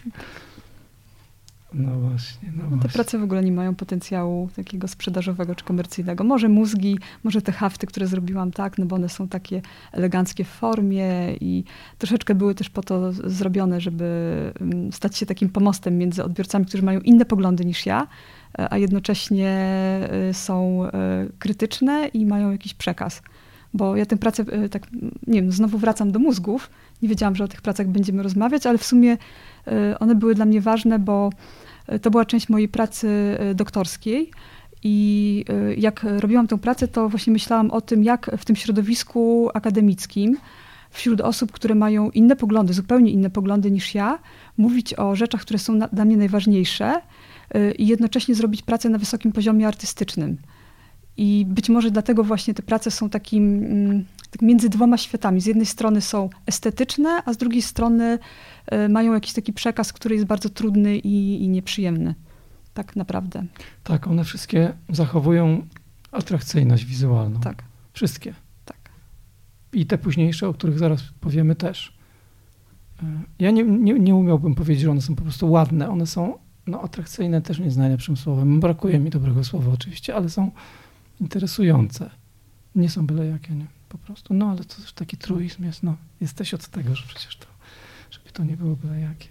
[SPEAKER 2] No właśnie, no, no
[SPEAKER 3] Te
[SPEAKER 2] właśnie.
[SPEAKER 3] prace w ogóle nie mają potencjału takiego sprzedażowego czy komercyjnego. Może mózgi, może te hafty, które zrobiłam, tak, no bo one są takie eleganckie w formie i troszeczkę były też po to zrobione, żeby stać się takim pomostem między odbiorcami, którzy mają inne poglądy niż ja, a jednocześnie są krytyczne i mają jakiś przekaz. Bo ja tę pracę, tak, nie wiem, znowu wracam do mózgów. Nie wiedziałam, że o tych pracach będziemy rozmawiać, ale w sumie one były dla mnie ważne, bo to była część mojej pracy doktorskiej i jak robiłam tę pracę, to właśnie myślałam o tym, jak w tym środowisku akademickim, wśród osób, które mają inne poglądy, zupełnie inne poglądy niż ja, mówić o rzeczach, które są na, dla mnie najważniejsze i jednocześnie zrobić pracę na wysokim poziomie artystycznym. I być może dlatego właśnie te prace są takim tak między dwoma światami. Z jednej strony są estetyczne, a z drugiej strony mają jakiś taki przekaz, który jest bardzo trudny i, i nieprzyjemny. Tak naprawdę.
[SPEAKER 2] Tak, one wszystkie zachowują atrakcyjność wizualną.
[SPEAKER 3] Tak.
[SPEAKER 2] Wszystkie.
[SPEAKER 3] Tak.
[SPEAKER 2] I te późniejsze, o których zaraz powiemy też. Ja nie, nie, nie umiałbym powiedzieć, że one są po prostu ładne. One są no, atrakcyjne, też nie jest najlepszym słowem. Brakuje mi dobrego słowa oczywiście, ale są interesujące. Nie są byle jakie, nie? Po prostu. No ale to też taki truizm jest. No, jesteś od tego, że przecież to, żeby to nie było byle jakie.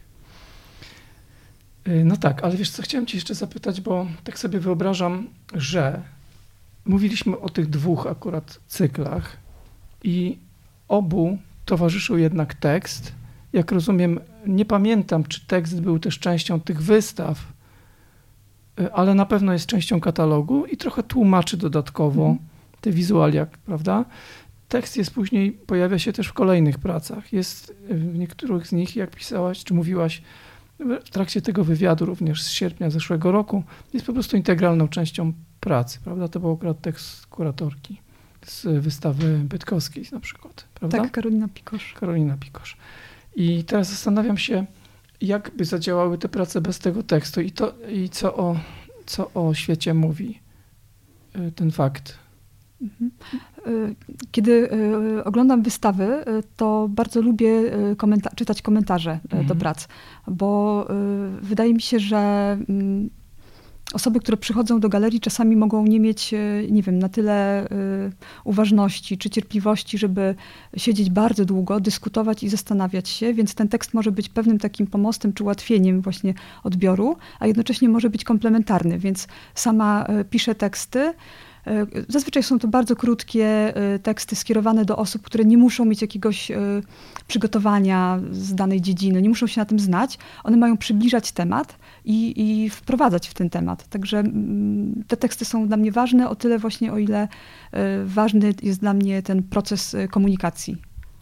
[SPEAKER 2] No tak, ale wiesz co, chciałem cię jeszcze zapytać, bo tak sobie wyobrażam, że mówiliśmy o tych dwóch akurat cyklach i obu towarzyszył jednak tekst. Jak rozumiem, nie pamiętam, czy tekst był też częścią tych wystaw, ale na pewno jest częścią katalogu i trochę tłumaczy dodatkowo mm. te wizualia, prawda? Tekst jest później, pojawia się też w kolejnych pracach. Jest w niektórych z nich, jak pisałaś, czy mówiłaś w trakcie tego wywiadu również z sierpnia zeszłego roku, jest po prostu integralną częścią pracy, prawda? To był akurat tekst kuratorki z wystawy bydgoskiej na przykład, prawda?
[SPEAKER 3] Tak, Karolina Pikosz.
[SPEAKER 2] Karolina Pikosz. I teraz zastanawiam się, jak by zadziałały te prace bez tego tekstu i, to, i co, o, co o świecie mówi ten fakt
[SPEAKER 3] Kiedy oglądam wystawy, to bardzo lubię komenta- czytać komentarze mhm. do prac, bo wydaje mi się, że osoby, które przychodzą do galerii, czasami mogą nie mieć, nie wiem, na tyle uważności czy cierpliwości, żeby siedzieć bardzo długo, dyskutować i zastanawiać się, więc ten tekst może być pewnym takim pomostem czy ułatwieniem właśnie odbioru, a jednocześnie może być komplementarny, więc sama piszę teksty. Zazwyczaj są to bardzo krótkie teksty skierowane do osób, które nie muszą mieć jakiegoś przygotowania z danej dziedziny, nie muszą się na tym znać. One mają przybliżać temat i, i wprowadzać w ten temat. Także te teksty są dla mnie ważne o tyle właśnie, o ile ważny jest dla mnie ten proces komunikacji.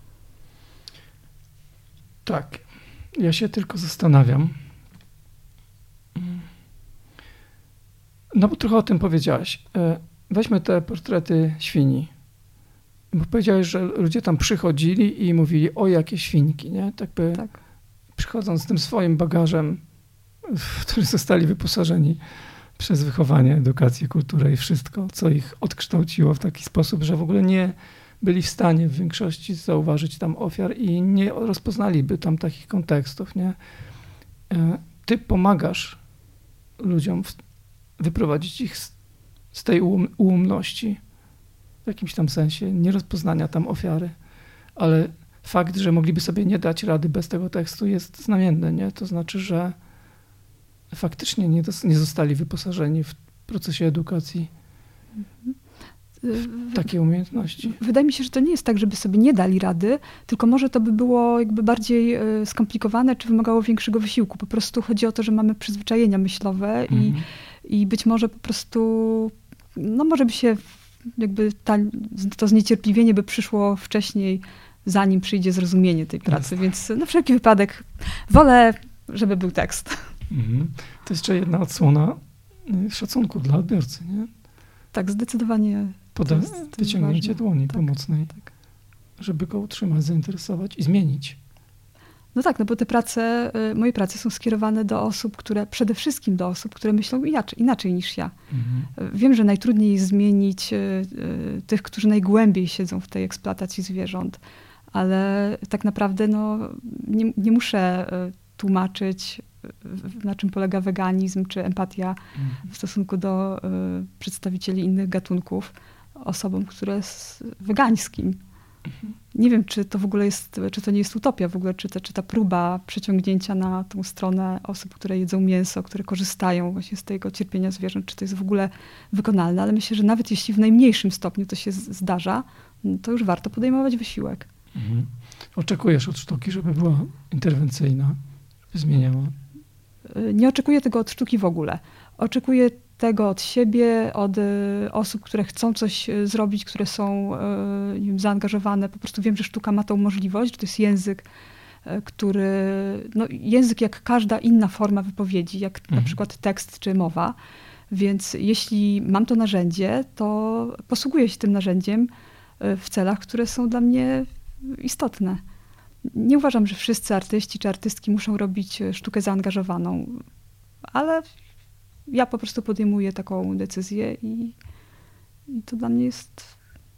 [SPEAKER 2] Tak. Ja się tylko zastanawiam. No bo trochę o tym powiedziałaś. Weźmy te portrety świni. Bo powiedziałeś, że ludzie tam przychodzili i mówili, o jakie świnki, nie? Tak by tak. Przychodząc z tym swoim bagażem, w który zostali wyposażeni przez wychowanie, edukację, kulturę i wszystko, co ich odkształciło w taki sposób, że w ogóle nie byli w stanie w większości zauważyć tam ofiar i nie rozpoznaliby tam takich kontekstów, nie? Ty pomagasz ludziom wyprowadzić ich z z tej ułom, ułomności, w jakimś tam sensie, nierozpoznania tam ofiary, ale fakt, że mogliby sobie nie dać rady bez tego tekstu jest znamienny, nie? To znaczy, że faktycznie nie, dos- nie zostali wyposażeni w procesie edukacji w takie umiejętności.
[SPEAKER 3] Wydaje mi się, że to nie jest tak, żeby sobie nie dali rady, tylko może to by było jakby bardziej skomplikowane, czy wymagało większego wysiłku. Po prostu chodzi o to, że mamy przyzwyczajenia myślowe mm. i, i być może po prostu, no może by się jakby ta, to zniecierpliwienie by przyszło wcześniej, zanim przyjdzie zrozumienie tej pracy. Jest. Więc na wszelki wypadek wolę, żeby był tekst.
[SPEAKER 2] Mm. To jest jeszcze jedna odsłona szacunku dla odbiorcy, nie?
[SPEAKER 3] Tak, zdecydowanie.
[SPEAKER 2] Poda- to jest, to wyciągnięcie
[SPEAKER 3] jest
[SPEAKER 2] dłoni
[SPEAKER 3] tak,
[SPEAKER 2] pomocnej, tak. Żeby go utrzymać, zainteresować i zmienić.
[SPEAKER 3] No tak, no bo te prace, moje prace są skierowane do osób, które, przede wszystkim do osób, które myślą inaczej, inaczej niż ja. Mhm. Wiem, że najtrudniej jest zmienić tych, którzy najgłębiej siedzą w tej eksploatacji zwierząt, ale tak naprawdę no, nie, nie muszę tłumaczyć, na czym polega weganizm czy empatia mhm. w stosunku do y, przedstawicieli innych gatunków, osobom, które z wegańskim. Mhm. Nie wiem, czy to w ogóle jest, czy to nie jest utopia w ogóle, czy, te, czy ta próba przeciągnięcia na tą stronę osób, które jedzą mięso, które korzystają właśnie z tego cierpienia zwierząt, czy to jest w ogóle wykonalne, ale myślę, że nawet jeśli w najmniejszym stopniu to się z, zdarza, to już warto podejmować wysiłek.
[SPEAKER 2] Mhm. Oczekujesz od sztuki, żeby była interwencyjna, żeby zmieniała?
[SPEAKER 3] Nie oczekuję tego od sztuki w ogóle. Oczekuję tego od siebie, od y, osób, które chcą coś y, zrobić, które są y, nie wiem, zaangażowane. Po prostu wiem, że sztuka ma tą możliwość, że to jest język, y, który, no, język jak każda inna forma wypowiedzi, jak mhm. na przykład tekst czy mowa. Więc jeśli mam to narzędzie, to posługuję się tym narzędziem y, w celach, które są dla mnie istotne. Nie uważam, że wszyscy artyści czy artystki muszą robić sztukę zaangażowaną, ale ja po prostu podejmuję taką decyzję i, i to dla mnie jest...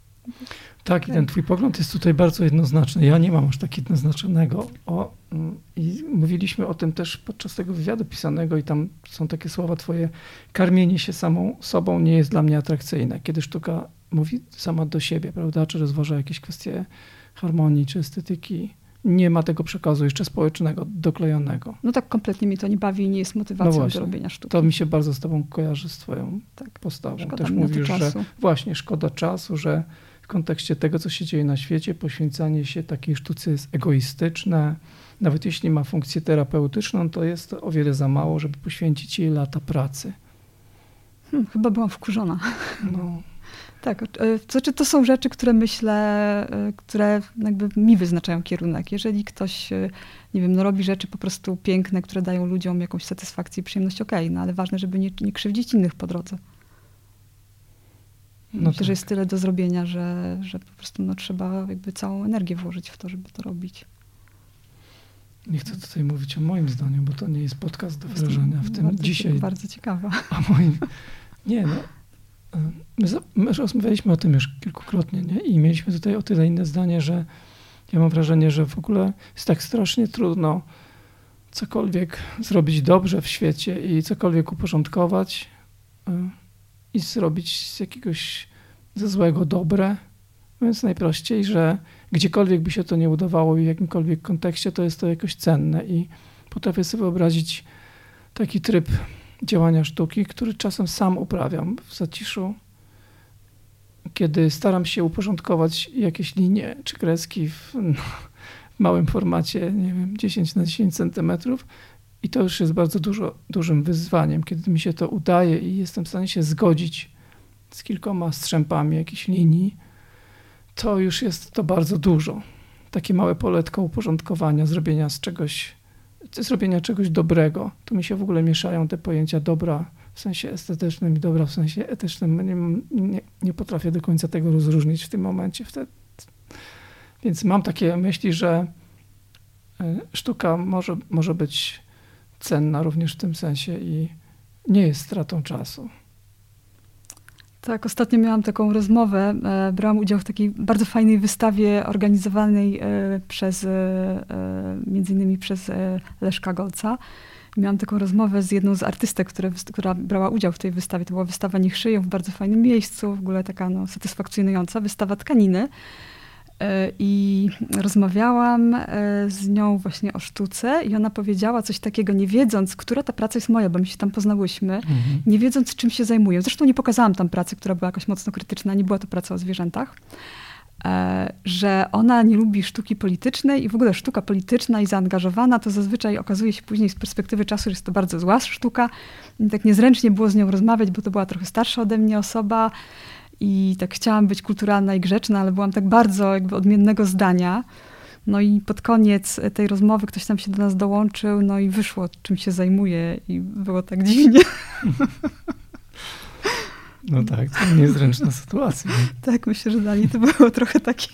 [SPEAKER 2] Tak, i ten twój pogląd jest tutaj bardzo jednoznaczny. Ja nie mam aż tak jednoznacznego. O, i mówiliśmy o tym też podczas tego wywiadu pisanego i tam są takie słowa twoje. Karmienie się samą sobą nie jest dla mnie atrakcyjne. Kiedy sztuka mówi sama do siebie, prawda, czy rozważa jakieś kwestie harmonii czy estetyki, nie ma tego przekazu jeszcze społecznego, doklejonego.
[SPEAKER 3] No tak kompletnie mnie to nie bawi i nie jest motywacją no właśnie, do robienia sztuki.
[SPEAKER 2] To mi się bardzo z tobą kojarzy, z twoją tak, postawą. Też mówisz, że właśnie szkoda czasu, że w kontekście tego, co się dzieje na świecie, poświęcanie się takiej sztuce jest egoistyczne. Nawet jeśli ma funkcję terapeutyczną, to jest to o wiele za mało, żeby poświęcić jej lata pracy.
[SPEAKER 3] Hmm, chyba byłam wkurzona.
[SPEAKER 2] No.
[SPEAKER 3] Tak, to znaczy to są rzeczy, które myślę, które jakby mi wyznaczają kierunek. Jeżeli ktoś, nie wiem, no robi rzeczy po prostu piękne, które dają ludziom jakąś satysfakcję i przyjemność, okej, okay, no ale ważne, żeby nie, nie krzywdzić innych po drodze. No Myślę, tak. że jest tyle do zrobienia, że, że po prostu no, trzeba jakby całą energię włożyć w to, żeby to robić.
[SPEAKER 2] Nie chcę tutaj mówić o moim zdaniu, bo to nie jest podcast do wyrażenia w tym
[SPEAKER 3] bardzo
[SPEAKER 2] dzisiaj.
[SPEAKER 3] Bardzo ciekawa.
[SPEAKER 2] A moim... Nie, no. My, za, my rozmawialiśmy o tym już kilkukrotnie, nie? I mieliśmy tutaj o tyle inne zdanie, że ja mam wrażenie, że w ogóle jest tak strasznie trudno cokolwiek zrobić dobrze w świecie i cokolwiek uporządkować i zrobić z jakiegoś ze złego dobre. Więc najprościej, że gdziekolwiek by się to nie udawało i w jakimkolwiek kontekście, to jest to jakoś cenne i potrafię sobie wyobrazić taki tryb działania sztuki, który czasem sam uprawiam w zaciszu, kiedy staram się uporządkować jakieś linie czy kreski w, no, w małym formacie, nie wiem, dziesięć na dziesięć centymetrów i to już jest bardzo dużo, dużym wyzwaniem, kiedy mi się to udaje i jestem w stanie się zgodzić z kilkoma strzępami jakichś linii, to już jest to bardzo dużo. Takie małe poletko uporządkowania, zrobienia z czegoś, zrobienia czegoś dobrego. Tu mi się w ogóle mieszają te pojęcia dobra w sensie estetycznym i dobra w sensie etycznym. Nie, nie, nie potrafię do końca tego rozróżnić w tym momencie. Wtedy. Więc mam takie myśli, że sztuka może, może być cenna również w tym sensie i nie jest stratą czasu.
[SPEAKER 3] Tak, ostatnio miałam taką rozmowę. Brałam udział w takiej bardzo fajnej wystawie organizowanej przez, między innymi przez Leszka Golca. Miałam taką rozmowę z jedną z artystek, które, która brała udział w tej wystawie. To była wystawa Niech szyją w bardzo fajnym miejscu, w ogóle taka no, satysfakcjonująca, wystawa tkaniny. I rozmawiałam z nią właśnie o sztuce i ona powiedziała coś takiego, nie wiedząc, która ta praca jest moja, bo my się tam poznałyśmy, mhm. nie wiedząc, czym się zajmuję. Zresztą nie pokazałam tam pracy, która była jakoś mocno krytyczna, nie była to praca o zwierzętach, że ona nie lubi sztuki politycznej i w ogóle sztuka polityczna i zaangażowana to zazwyczaj okazuje się później z perspektywy czasu, że jest to bardzo zła sztuka. I tak niezręcznie było z nią rozmawiać, bo to była trochę starsza ode mnie osoba, i tak chciałam być kulturalna i grzeczna, ale byłam tak bardzo jakby odmiennego zdania. No i pod koniec tej rozmowy ktoś tam się do nas dołączył, no i wyszło, czym się zajmuje i było tak dziwnie.
[SPEAKER 2] No tak, to niezręczna sytuacja.
[SPEAKER 3] Tak, myślę, że dla niej to było trochę takie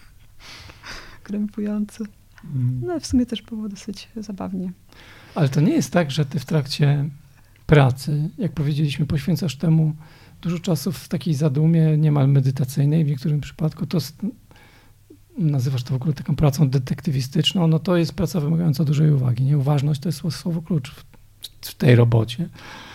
[SPEAKER 3] krępujące. No w sumie też było dosyć zabawnie.
[SPEAKER 2] Ale to nie jest tak, że ty w trakcie pracy, jak powiedzieliśmy, poświęcasz temu dużo czasu w takiej zadumie niemal medytacyjnej, w niektórym przypadku to nazywasz to w ogóle taką pracą detektywistyczną, no to jest praca wymagająca dużej uwagi. Nie? Uważność to jest słowo klucz w, w tej robocie.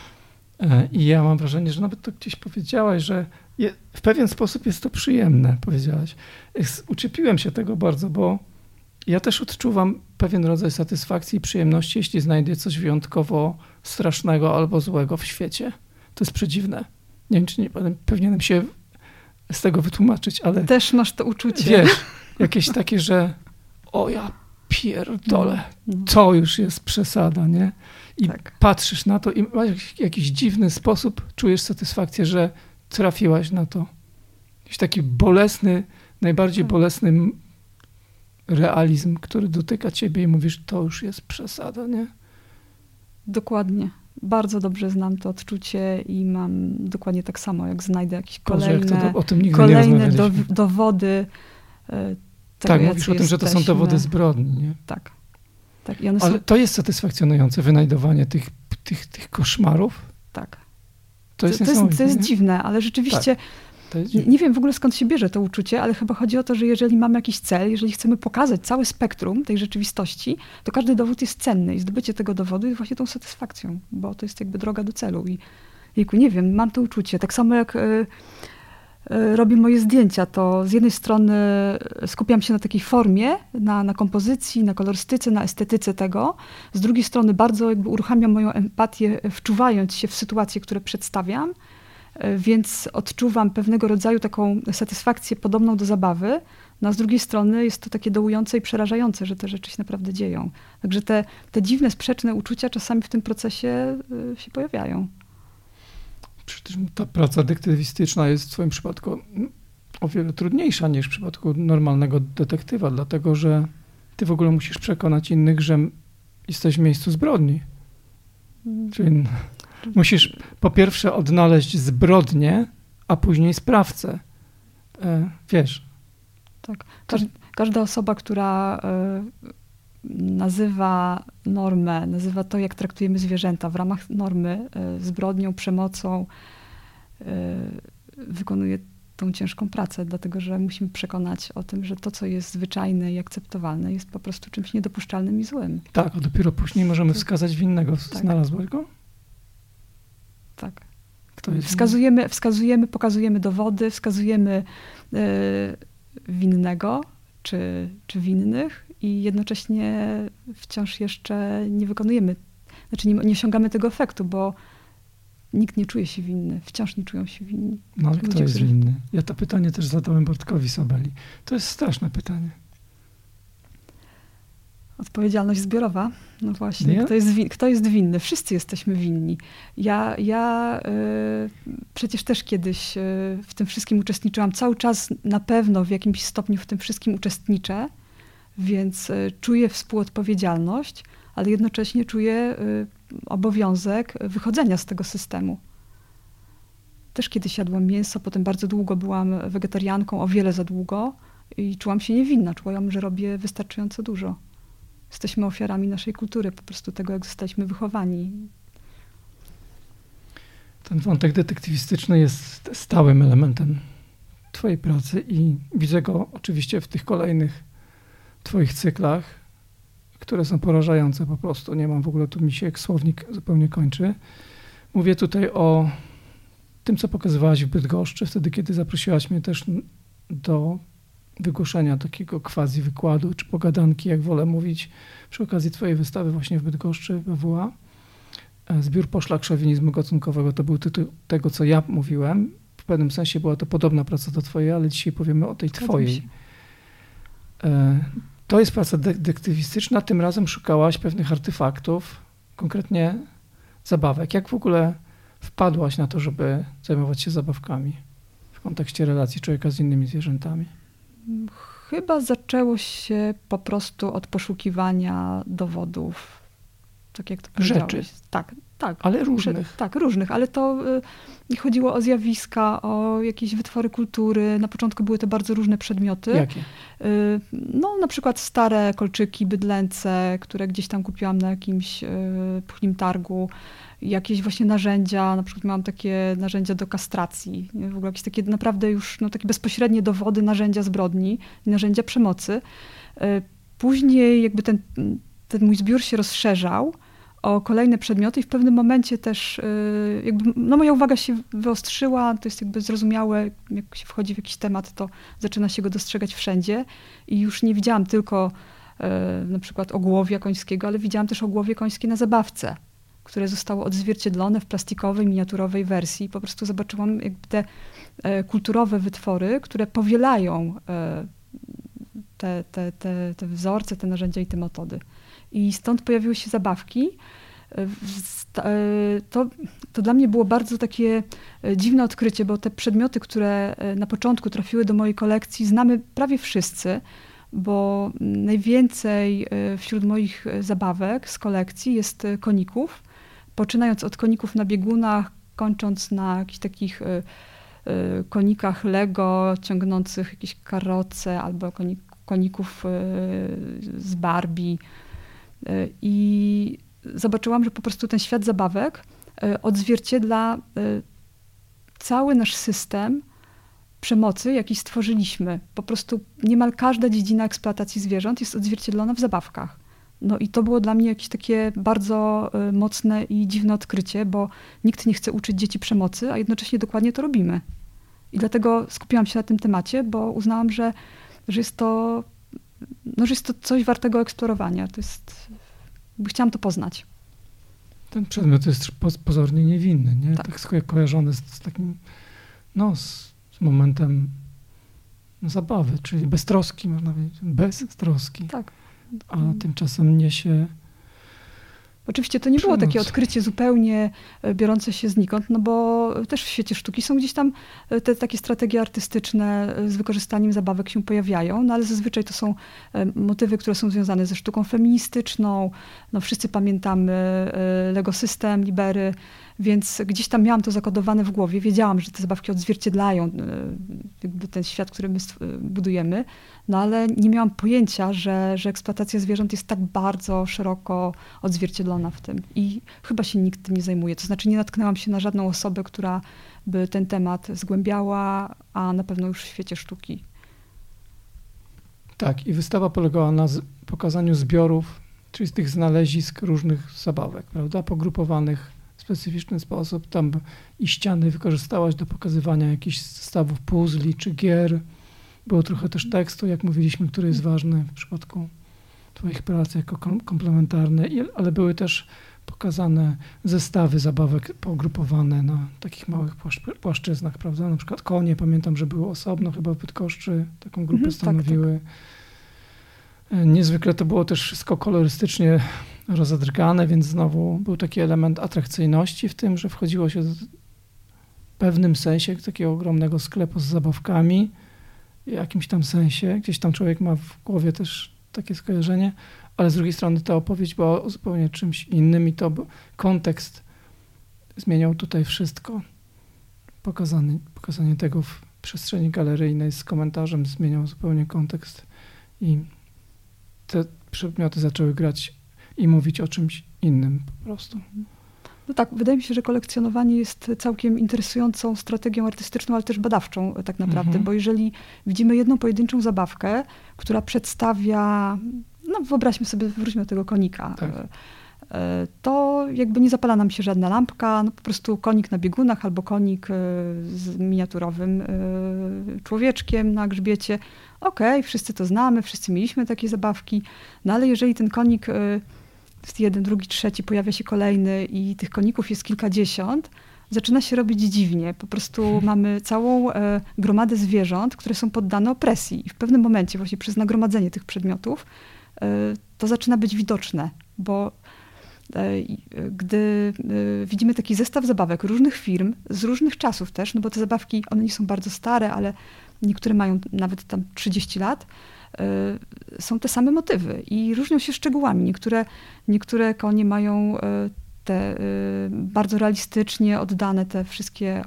[SPEAKER 2] I ja mam wrażenie, że nawet to gdzieś powiedziałaś, że je, w pewien sposób jest to przyjemne, powiedziałaś. Uczepiłem się tego bardzo, bo ja też odczuwam pewien rodzaj satysfakcji i przyjemności, jeśli znajdę coś wyjątkowo strasznego albo złego w świecie. To jest przedziwne. Nie wiem, czy nie powinienem się z tego wytłumaczyć, ale...
[SPEAKER 3] Też masz to uczucie.
[SPEAKER 2] Wiesz, jakieś takie, że o ja pierdolę, to już jest przesada, nie? I tak. Patrzysz na to i w jakiś dziwny sposób czujesz satysfakcję, że trafiłaś na to. Jakiś taki bolesny, najbardziej tak. bolesny realizm, który dotyka ciebie i mówisz, to już jest przesada, nie?
[SPEAKER 3] Dokładnie. Bardzo dobrze znam to odczucie i mam dokładnie tak samo, jak znajdę jakieś kolejne,
[SPEAKER 2] Boże, jak to do, o tym nigdy
[SPEAKER 3] kolejne
[SPEAKER 2] nie
[SPEAKER 3] do, dowody tego,
[SPEAKER 2] tak, mówisz o tym, że to są dowody zbrodni, nie?
[SPEAKER 3] Tak. tak. I one
[SPEAKER 2] Ale
[SPEAKER 3] są...
[SPEAKER 2] to jest satysfakcjonujące, wynajdowanie tych, tych, tych koszmarów?
[SPEAKER 3] Tak.
[SPEAKER 2] To jest,
[SPEAKER 3] to, to jest, to jest dziwne, ale rzeczywiście... Tak. Nie, nie wiem w ogóle skąd się bierze to uczucie, ale chyba chodzi o to, że jeżeli mamy jakiś cel, jeżeli chcemy pokazać całe spektrum tej rzeczywistości, to każdy dowód jest cenny i zdobycie tego dowodu jest właśnie tą satysfakcją, bo to jest jakby droga do celu. I jejku, nie wiem, mam to uczucie. Tak samo jak y, y, robię moje zdjęcia, to z jednej strony skupiam się na takiej formie, na, na kompozycji, na kolorystyce, na estetyce tego. Z drugiej strony bardzo jakby uruchamiam moją empatię, wczuwając się w sytuacje, które przedstawiam. Więc odczuwam pewnego rodzaju taką satysfakcję podobną do zabawy, no a z drugiej strony jest to takie dołujące i przerażające, że te rzeczy się naprawdę dzieją. Także te, te dziwne, sprzeczne uczucia czasami w tym procesie się pojawiają.
[SPEAKER 2] Przecież ta praca detektywistyczna jest w twoim przypadku o wiele trudniejsza niż w przypadku normalnego detektywa, dlatego że ty w ogóle musisz przekonać innych, że jesteś w miejscu zbrodni. Hmm. Czyli... Musisz po pierwsze odnaleźć zbrodnię, a później sprawcę. E, wiesz.
[SPEAKER 3] Tak. Każ, każda osoba, która y, nazywa normę, nazywa to, jak traktujemy zwierzęta w ramach normy y, zbrodnią, przemocą, y, wykonuje tą ciężką pracę, dlatego że musimy przekonać o tym, że to, co jest zwyczajne i akceptowalne, jest po prostu czymś niedopuszczalnym i złym.
[SPEAKER 2] Tak, a dopiero później możemy wskazać winnego.
[SPEAKER 3] Tak.
[SPEAKER 2] Znalazłeś go?
[SPEAKER 3] Tak.
[SPEAKER 2] Kto jest
[SPEAKER 3] Wskazujemy, wskazujemy, pokazujemy dowody, wskazujemy y, winnego czy, czy winnych i jednocześnie wciąż jeszcze nie wykonujemy, znaczy nie, nie osiągamy tego efektu, bo nikt nie czuje się winny, wciąż nie czują się winni.
[SPEAKER 2] No ale kto
[SPEAKER 3] Ludzie,
[SPEAKER 2] jest
[SPEAKER 3] którzy-
[SPEAKER 2] winny? Ja to pytanie też zadałem Bartkowi Sobeli. To jest straszne pytanie.
[SPEAKER 3] Odpowiedzialność zbiorowa. No właśnie,
[SPEAKER 2] Nie?
[SPEAKER 3] kto jest, win, kto jest winny? Wszyscy jesteśmy winni. Ja, ja y, przecież też kiedyś y, w tym wszystkim uczestniczyłam. Cały czas na pewno w jakimś stopniu w tym wszystkim uczestniczę, więc y, czuję współodpowiedzialność, ale jednocześnie czuję y, obowiązek wychodzenia z tego systemu. Też kiedyś jadłam mięso, potem bardzo długo byłam wegetarianką, o wiele za długo i czułam się niewinna. Czułam, że robię wystarczająco dużo. Jesteśmy ofiarami naszej kultury, po prostu tego, jak zostaliśmy wychowani.
[SPEAKER 2] Ten wątek detektywistyczny jest stałym elementem twojej pracy i widzę go oczywiście w tych kolejnych twoich cyklach, które są porażające po prostu. Nie mam w ogóle, tu mi się jak słownik zupełnie kończy. Mówię tutaj o tym, co pokazywałaś w Bydgoszczy, wtedy, kiedy zaprosiłaś mnie też do wygłoszenia takiego quasi wykładu, czy pogadanki, jak wolę mówić, przy okazji twojej wystawy właśnie w Bydgoszczy, w B W A. Zbiór poszlak szowinizmu gacunkowego to był tytuł tego, co ja mówiłem. W pewnym sensie była to podobna praca do twojej, ale dzisiaj powiemy o tej
[SPEAKER 3] Zgadzam
[SPEAKER 2] twojej.
[SPEAKER 3] się.
[SPEAKER 2] To jest praca detektywistyczna. Tym razem szukałaś pewnych artefaktów, konkretnie zabawek. Jak w ogóle wpadłaś na to, żeby zajmować się zabawkami w kontekście relacji człowieka z innymi zwierzętami?
[SPEAKER 3] Chyba zaczęło się po prostu od poszukiwania dowodów. Tak jak to powiedziałeś.
[SPEAKER 2] Rzeczy.
[SPEAKER 3] Tak, tak.
[SPEAKER 2] Ale różnych.
[SPEAKER 3] Że- Tak, różnych, ale to y, nie chodziło o zjawiska, o jakieś wytwory kultury. Na początku były to bardzo różne przedmioty.
[SPEAKER 2] Jakie?
[SPEAKER 3] Y, No, na przykład stare kolczyki, bydlęce, które gdzieś tam kupiłam na jakimś y, puchnim targu. Jakieś właśnie narzędzia, na przykład miałam takie narzędzia do kastracji. Nie? W ogóle jakieś takie naprawdę już no, takie bezpośrednie dowody narzędzia zbrodni i narzędzia przemocy. Y, Później jakby ten, ten mój zbiór się rozszerzał o kolejne przedmioty i w pewnym momencie też y, jakby, no moja uwaga się wyostrzyła, to jest jakby zrozumiałe, jak się wchodzi w jakiś temat, to zaczyna się go dostrzegać wszędzie i już nie widziałam tylko y, na przykład ogłowia końskiego, ale widziałam też ogłowie końskie na zabawce, które zostało odzwierciedlone w plastikowej, miniaturowej wersji. Po prostu zobaczyłam jakby te y, kulturowe wytwory, które powielają y, te, te, te, te wzorce, te narzędzia i te metody. I stąd pojawiły się zabawki. To, to dla mnie było bardzo takie dziwne odkrycie, bo te przedmioty, które na początku trafiły do mojej kolekcji, znamy prawie wszyscy, bo najwięcej wśród moich zabawek z kolekcji jest koników, poczynając od koników na biegunach, kończąc na jakichś takich konikach Lego ciągnących jakieś karoce albo koników z Barbie. I zobaczyłam, że po prostu ten świat zabawek odzwierciedla cały nasz system przemocy, jaki stworzyliśmy. Po prostu niemal każda dziedzina eksploatacji zwierząt jest odzwierciedlona w zabawkach. No i to było dla mnie jakieś takie bardzo mocne i dziwne odkrycie, bo nikt nie chce uczyć dzieci przemocy, a jednocześnie dokładnie to robimy. I dlatego skupiłam się na tym temacie, bo uznałam, że, że jest to no, że jest to coś wartego eksplorowania. To jest, chciałam to poznać.
[SPEAKER 2] Ten przedmiot jest pozornie niewinny, nie?
[SPEAKER 3] Tak.
[SPEAKER 2] Tak sko- kojarzony z, z takim, no, z, z momentem zabawy, czyli beztroski, można powiedzieć, bez troski.
[SPEAKER 3] Tak.
[SPEAKER 2] A tymczasem niesie
[SPEAKER 3] Oczywiście to nie było
[SPEAKER 2] przemoc.
[SPEAKER 3] takie odkrycie zupełnie biorące się znikąd, no bo też w świecie sztuki są gdzieś tam te takie strategie artystyczne z wykorzystaniem zabawek się pojawiają, no ale zazwyczaj to są motywy, które są związane ze sztuką feministyczną. No wszyscy pamiętamy Lego System, Libery, więc gdzieś tam miałam to zakodowane w głowie. Wiedziałam, że te zabawki odzwierciedlają jakby ten świat, który my budujemy, no ale nie miałam pojęcia, że, że eksploatacja zwierząt jest tak bardzo szeroko odzwierciedlona w tym. I chyba się nikt tym nie zajmuje. To znaczy nie natknęłam się na żadną osobę, która by ten temat zgłębiała, a na pewno już w świecie sztuki.
[SPEAKER 2] Tak, i wystawa polegała na z- pokazaniu zbiorów, czyli z tych znalezisk różnych zabawek, prawda, pogrupowanych w specyficzny sposób. Tam i ściany wykorzystałaś do pokazywania jakichś zestawów puzli czy gier. Było trochę też tekstu, jak mówiliśmy, który jest ważny w przypadku twoich prac jako kom- komplementarne, i, ale były też pokazane zestawy zabawek pogrupowane na takich małych płaszcz- płaszczyznach, prawda? Na przykład konie, pamiętam, że były osobno, chyba w Bydgoszczy taką grupę
[SPEAKER 3] Mhm, tak,
[SPEAKER 2] stanowiły. Niezwykle to było też wszystko kolorystycznie rozedrgane, więc znowu był taki element atrakcyjności w tym, że wchodziło się w pewnym sensie do takiego ogromnego sklepu z zabawkami, w jakimś tam sensie, gdzieś tam człowiek ma w głowie też takie skojarzenie, ale z drugiej strony ta opowieść była o zupełnie czymś innym i to kontekst zmieniał tutaj wszystko. Pokazanie, pokazanie tego w przestrzeni galeryjnej z komentarzem zmieniał zupełnie kontekst i te przedmioty zaczęły grać i mówić o czymś innym po prostu.
[SPEAKER 3] No tak, wydaje mi się, że kolekcjonowanie jest całkiem interesującą strategią artystyczną, ale też badawczą tak naprawdę,
[SPEAKER 2] Mhm.
[SPEAKER 3] bo jeżeli widzimy jedną pojedynczą zabawkę, która przedstawia, no wyobraźmy sobie, wróćmy do tego konika,
[SPEAKER 2] Tak.
[SPEAKER 3] e, to jakby nie zapala nam się żadna lampka, no po prostu konik na biegunach albo konik e, z miniaturowym e, człowieczkiem na grzbiecie. Okej, wszyscy to znamy, wszyscy mieliśmy takie zabawki, no ale jeżeli ten konik e, jest jeden, drugi, trzeci, pojawia się kolejny i tych koników jest kilkadziesiąt, zaczyna się robić dziwnie. Po prostu mamy całą e, gromadę zwierząt, które są poddane opresji. I w pewnym momencie właśnie przez nagromadzenie tych przedmiotów e, to zaczyna być widoczne, bo e, gdy e, widzimy taki zestaw zabawek różnych firm, z różnych czasów też, no bo te zabawki, one nie są bardzo stare, ale niektóre mają nawet tam trzydzieści lat, są te same motywy i różnią się szczegółami. Niektóre, niektóre konie mają te bardzo realistycznie oddane te wszystkie,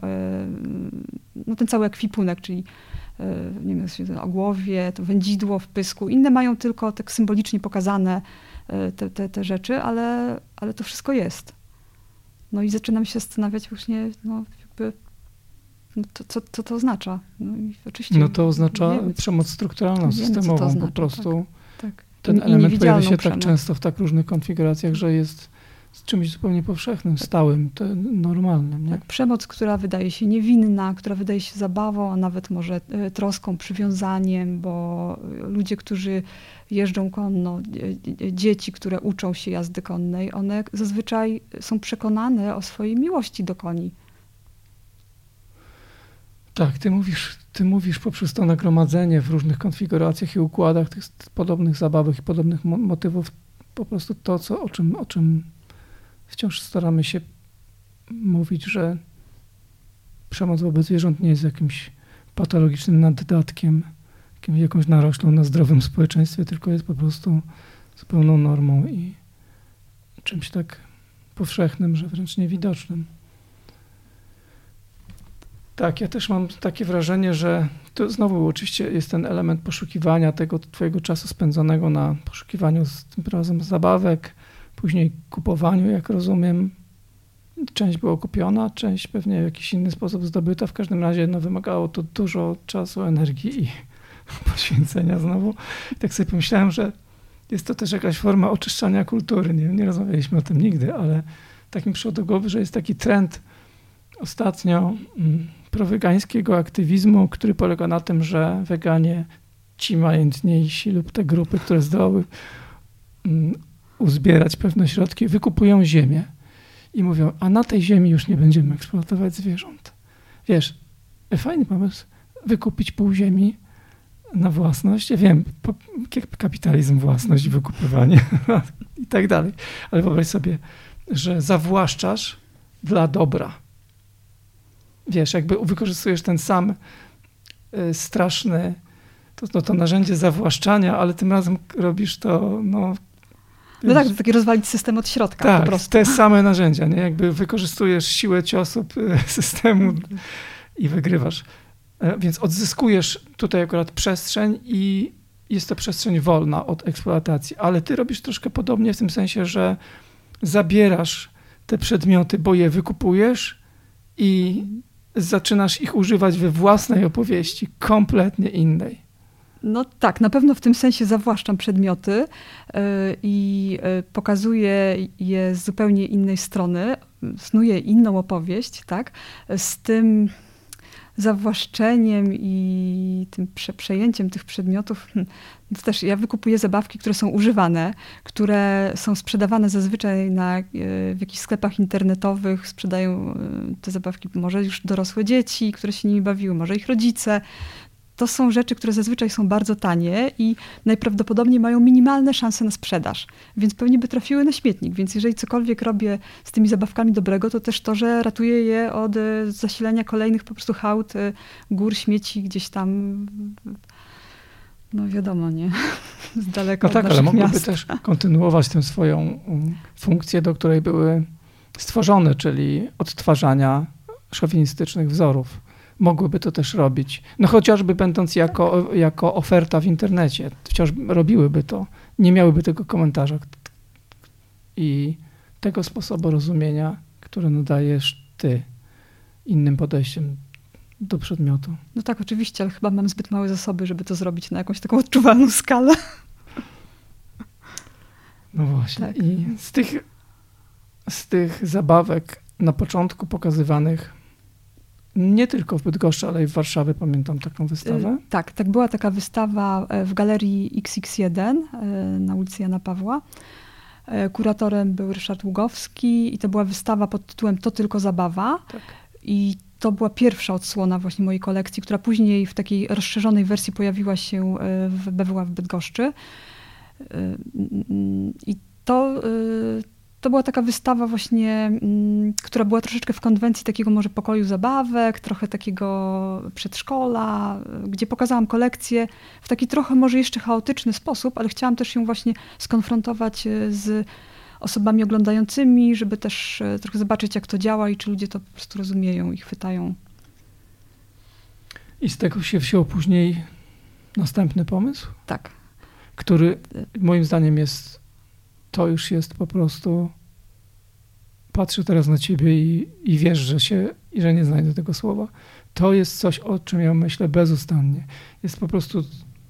[SPEAKER 3] no ten cały ekwipunek, czyli nie wiem, ogłowie, to wędzidło w pysku. Inne mają tylko tak symbolicznie pokazane te, te, te rzeczy, ale, ale to wszystko jest. No i zaczynam się zastanawiać właśnie, no jakby No to, co, co to oznacza? No, i oczywiście
[SPEAKER 2] no to oznacza
[SPEAKER 3] wiemy,
[SPEAKER 2] przemoc strukturalną,
[SPEAKER 3] wiemy,
[SPEAKER 2] systemową.
[SPEAKER 3] co to oznacza,
[SPEAKER 2] po prostu
[SPEAKER 3] tak, tak.
[SPEAKER 2] ten
[SPEAKER 3] I,
[SPEAKER 2] element
[SPEAKER 3] i
[SPEAKER 2] pojawia się tak
[SPEAKER 3] przemoc.
[SPEAKER 2] często w tak różnych konfiguracjach, że jest z czymś zupełnie powszechnym, stałym, to normalnym. Nie?
[SPEAKER 3] Tak, przemoc, która wydaje się niewinna, która wydaje się zabawą, a nawet może e, troską, przywiązaniem, bo ludzie, którzy jeżdżą konno, e, dzieci, które uczą się jazdy konnej, one zazwyczaj są przekonane o swojej miłości do koni.
[SPEAKER 2] Tak, ty mówisz, ty mówisz poprzez to nagromadzenie w różnych konfiguracjach i układach tych podobnych zabawek i podobnych mo- motywów po prostu to, co, o, czym, o czym wciąż staramy się mówić, że przemoc wobec zwierząt nie jest jakimś patologicznym naddatkiem, jakimś, jakąś naroślą na zdrowym społeczeństwie, tylko jest po prostu zupełną normą i czymś tak powszechnym, że wręcz niewidocznym. Tak, ja też mam takie wrażenie, że to znowu oczywiście jest ten element poszukiwania tego twojego czasu spędzonego na poszukiwaniu z tym razem zabawek, później kupowaniu, jak rozumiem. Część była kupiona, część pewnie w jakiś inny sposób zdobyta. W każdym razie no, wymagało to dużo czasu, energii i poświęcenia znowu. I tak sobie pomyślałem, że jest to też jakaś forma oczyszczania kultury. Nie, nie rozmawialiśmy o tym nigdy, ale tak mi przyszło do głowy, że jest taki trend ostatnio mm, prowegańskiego aktywizmu, który polega na tym, że weganie, ci majętniejsi lub te grupy, które zdołały mm, uzbierać pewne środki, wykupują ziemię i mówią, a na tej ziemi już nie będziemy eksploatować zwierząt. Wiesz, fajny pomysł, wykupić pół ziemi na własność. Ja wiem, po, kapitalizm, własność, wykupywanie i tak dalej. Ale wyobraź sobie, że zawłaszczasz dla dobra. Wiesz, jakby wykorzystujesz ten sam y, straszny, to, to, to narzędzie zawłaszczania, ale tym razem robisz to, no...
[SPEAKER 3] No tak, to taki rozwalić system od środka
[SPEAKER 2] tak,
[SPEAKER 3] po prostu.
[SPEAKER 2] te same narzędzia, nie? Jakby wykorzystujesz siłę ciosu systemu i wygrywasz. Więc odzyskujesz tutaj akurat przestrzeń i jest to przestrzeń wolna od eksploatacji, ale ty robisz troszkę podobnie w tym sensie, że zabierasz te przedmioty, bo je wykupujesz i zaczynasz ich używać we własnej opowieści, kompletnie innej.
[SPEAKER 3] No tak, na pewno w tym sensie zawłaszczam przedmioty yy, i yy, pokazuję je z zupełnie innej strony, snuję inną opowieść, tak? Z tym zawłaszczeniem i tym prze, przejęciem tych przedmiotów. To też ja wykupuję zabawki, które są używane, które są sprzedawane zazwyczaj na, w jakichś sklepach internetowych. Sprzedają te zabawki może już dorosłe dzieci, które się nimi bawiły, może ich rodzice. To są rzeczy, które zazwyczaj są bardzo tanie i najprawdopodobniej mają minimalne szanse na sprzedaż, więc pewnie by trafiły na śmietnik. Więc jeżeli cokolwiek robię z tymi zabawkami dobrego, to też to, że ratuję je od zasilenia kolejnych po prostu hałd, gór śmieci gdzieś tam, no wiadomo, nie? Z daleka
[SPEAKER 2] No tak,
[SPEAKER 3] od
[SPEAKER 2] ale
[SPEAKER 3] naszych
[SPEAKER 2] mogłyby
[SPEAKER 3] miast.
[SPEAKER 2] też kontynuować tę swoją funkcję, do której były stworzone, czyli odtwarzania szowinistycznych wzorów. Mogłyby to też robić. No chociażby będąc jako, jako oferta w internecie. Wciąż robiłyby to. Nie miałyby tego komentarza i tego sposobu rozumienia, które nadajesz ty innym podejściem do przedmiotu.
[SPEAKER 3] No tak, oczywiście, ale chyba mam zbyt małe zasoby, żeby to zrobić na jakąś taką odczuwalną skalę.
[SPEAKER 2] No właśnie.
[SPEAKER 3] Tak.
[SPEAKER 2] I z tych, z tych zabawek na początku pokazywanych nie tylko w Bydgoszczy, ale i w Warszawie, pamiętam taką wystawę.
[SPEAKER 3] Tak, tak była taka wystawa w galerii iks iks jeden na ulicy Jana Pawła. Kuratorem był Ryszard Ługowski i to była wystawa pod tytułem To tylko zabawa.
[SPEAKER 2] Tak. I
[SPEAKER 3] to była pierwsza odsłona właśnie mojej kolekcji, która później w takiej rozszerzonej wersji pojawiła się w B W A w Bydgoszczy. I to... To była taka wystawa właśnie, która była troszeczkę w konwencji takiego może pokoju zabawek, trochę takiego przedszkola, gdzie pokazałam kolekcję w taki trochę może jeszcze chaotyczny sposób, ale chciałam też ją właśnie skonfrontować z osobami oglądającymi, żeby też trochę zobaczyć, jak to działa i czy ludzie to po prostu rozumieją i chwytają.
[SPEAKER 2] I z tego się wziął później następny pomysł?
[SPEAKER 3] Tak.
[SPEAKER 2] Który moim zdaniem jest to już jest po prostu, patrzę teraz na ciebie i, i wiesz, że się, i że nie znajdę tego słowa. To jest coś, o czym ja myślę bezustannie. Jest po prostu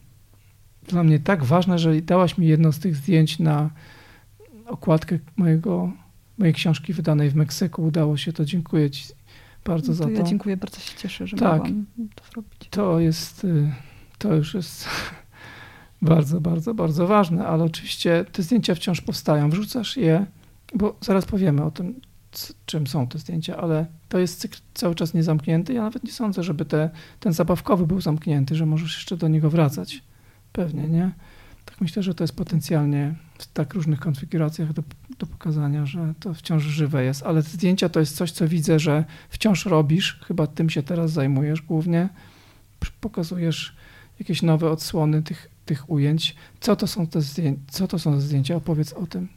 [SPEAKER 2] dla mnie tak ważne, że dałaś mi jedno z tych zdjęć na okładkę mojego, mojej książki wydanej w Meksyku. Udało się to. Dziękuję ci bardzo
[SPEAKER 3] to
[SPEAKER 2] za to.
[SPEAKER 3] Ja dziękuję, bardzo się cieszę, że
[SPEAKER 2] tak,
[SPEAKER 3] mogłam to zrobić.
[SPEAKER 2] To jest, to już jest... Bardzo, bardzo, bardzo ważne, ale oczywiście te zdjęcia wciąż powstają. Wrzucasz je, bo zaraz powiemy o tym, czym są te zdjęcia, ale to jest cykl cały czas niezamknięty. Ja nawet nie sądzę, żeby te, ten zabawkowy był zamknięty, że możesz jeszcze do niego wracać. Pewnie, nie? Tak myślę, że to jest potencjalnie w tak różnych konfiguracjach do, do pokazania, że to wciąż żywe jest, ale te zdjęcia to jest coś, co widzę, że wciąż robisz, chyba tym się teraz zajmujesz głównie. Pokazujesz jakieś nowe odsłony tych tych ujęć. Co to są te zdjęcia? Co to są za zdjęcia? Opowiedz o tym.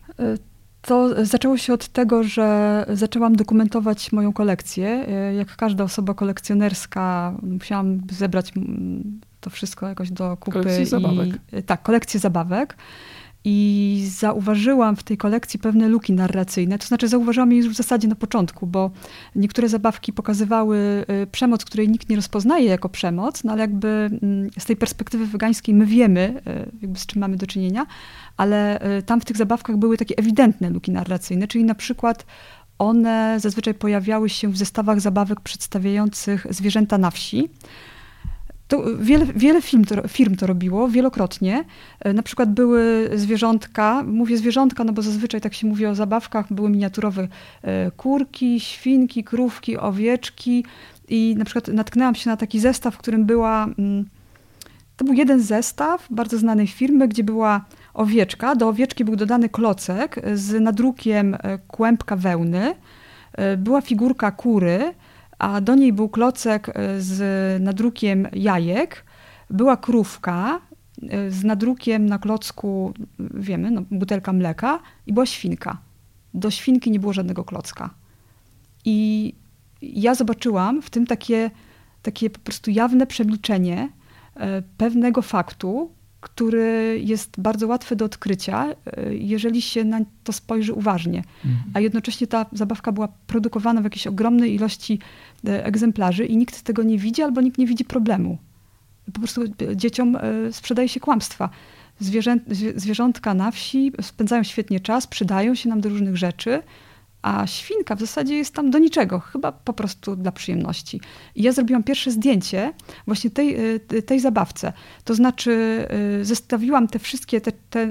[SPEAKER 3] To zaczęło się od tego, że zaczęłam dokumentować moją kolekcję. Jak każda osoba kolekcjonerska musiałam zebrać to wszystko jakoś do kupy.
[SPEAKER 2] Kolekcji zabawek.
[SPEAKER 3] I, tak, kolekcję zabawek. I zauważyłam w tej kolekcji pewne luki narracyjne. To znaczy zauważyłam je już w zasadzie na początku, bo niektóre zabawki pokazywały przemoc, której nikt nie rozpoznaje jako przemoc, no ale jakby z tej perspektywy wegańskiej my wiemy, jakby z czym mamy do czynienia, ale tam w tych zabawkach były takie ewidentne luki narracyjne, czyli na przykład one zazwyczaj pojawiały się w zestawach zabawek przedstawiających zwierzęta na wsi. To wiele, wiele firm to, firm to robiło, wielokrotnie. Na przykład były zwierzątka, mówię zwierzątka, no bo zazwyczaj tak się mówi o zabawkach, były miniaturowe kurki, świnki, krówki, owieczki i na przykład natknęłam się na taki zestaw, w którym była, to był jeden zestaw bardzo znanej firmy, gdzie była owieczka, do owieczki był dodany klocek z nadrukiem kłębka wełny, była figurka kury, a do niej był klocek z nadrukiem jajek, była krówka z nadrukiem na klocku, wiemy, no, butelka mleka i była świnka. Do świnki nie było żadnego klocka. I ja zobaczyłam w tym takie, takie po prostu jawne przemilczenie pewnego faktu, który jest bardzo łatwy do odkrycia, jeżeli się na to spojrzy uważnie. Mhm. A jednocześnie ta zabawka była produkowana w jakiejś ogromnej ilości egzemplarzy i nikt tego nie widzi albo nikt nie widzi problemu. Po prostu dzieciom sprzedaje się kłamstwa. Zwierzę, zwierzątka na wsi spędzają świetnie czas, przydają się nam do różnych rzeczy, a świnka w zasadzie jest tam do niczego, chyba po prostu dla przyjemności. I ja zrobiłam pierwsze zdjęcie właśnie tej, tej zabawce. To znaczy zestawiłam te wszystkie, te, te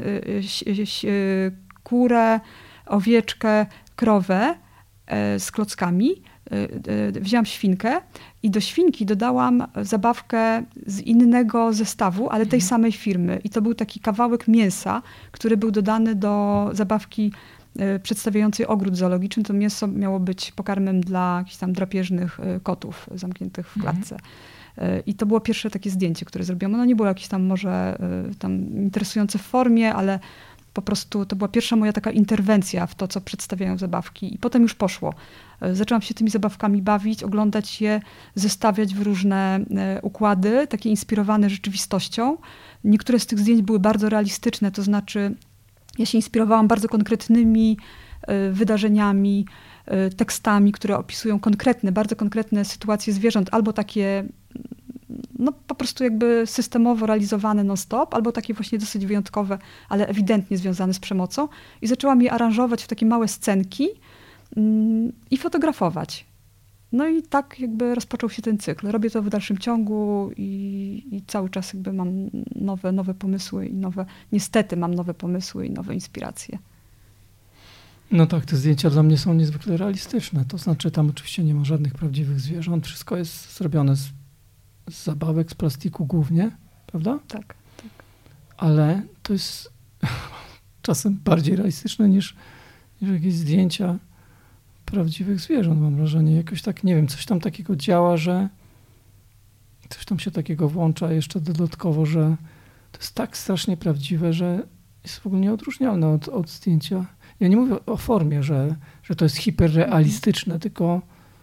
[SPEAKER 3] kurę, owieczkę, krowę z klockami. Wzięłam świnkę i do świnki dodałam zabawkę z innego zestawu, ale tej samej firmy. I to był taki kawałek mięsa, który był dodany do zabawki przedstawiającej ogród zoologiczny. To mięso miało być pokarmem dla jakichś tam drapieżnych kotów zamkniętych w klatce. Mhm. I to było pierwsze takie zdjęcie, które zrobiłam. Ono nie było jakieś tam może tam interesujące w formie, ale po prostu to była pierwsza moja taka interwencja w to, co przedstawiają zabawki. I potem już poszło. Zaczęłam się tymi zabawkami bawić, oglądać je, zestawiać w różne układy, takie inspirowane rzeczywistością. Niektóre z tych zdjęć były bardzo realistyczne, to znaczy ja się inspirowałam bardzo konkretnymi wydarzeniami, tekstami, które opisują konkretne, bardzo konkretne sytuacje zwierząt, albo takie no po prostu jakby systemowo realizowane non-stop, albo takie właśnie dosyć wyjątkowe, ale ewidentnie związane z przemocą. I zaczęłam je aranżować w takie małe scenki mm, i fotografować. No i tak jakby rozpoczął się ten cykl. Robię to w dalszym ciągu i, i cały czas jakby mam nowe, nowe pomysły i nowe, niestety mam nowe pomysły i nowe inspiracje.
[SPEAKER 2] No tak, te zdjęcia dla mnie są niezwykle realistyczne. To znaczy tam oczywiście nie ma żadnych prawdziwych zwierząt. Wszystko jest zrobione z, z zabawek, z plastiku głównie, prawda?
[SPEAKER 3] Tak, tak.
[SPEAKER 2] Ale to jest czasem bardziej realistyczne niż, niż jakieś zdjęcia prawdziwych zwierząt, mam wrażenie. Jakoś tak, nie wiem, coś tam takiego działa, że coś tam się takiego włącza jeszcze dodatkowo, że to jest tak strasznie prawdziwe, że jest w ogóle nieodróżnialne od, od zdjęcia. Ja nie mówię o formie, że, że to jest hiperrealistyczne, tylko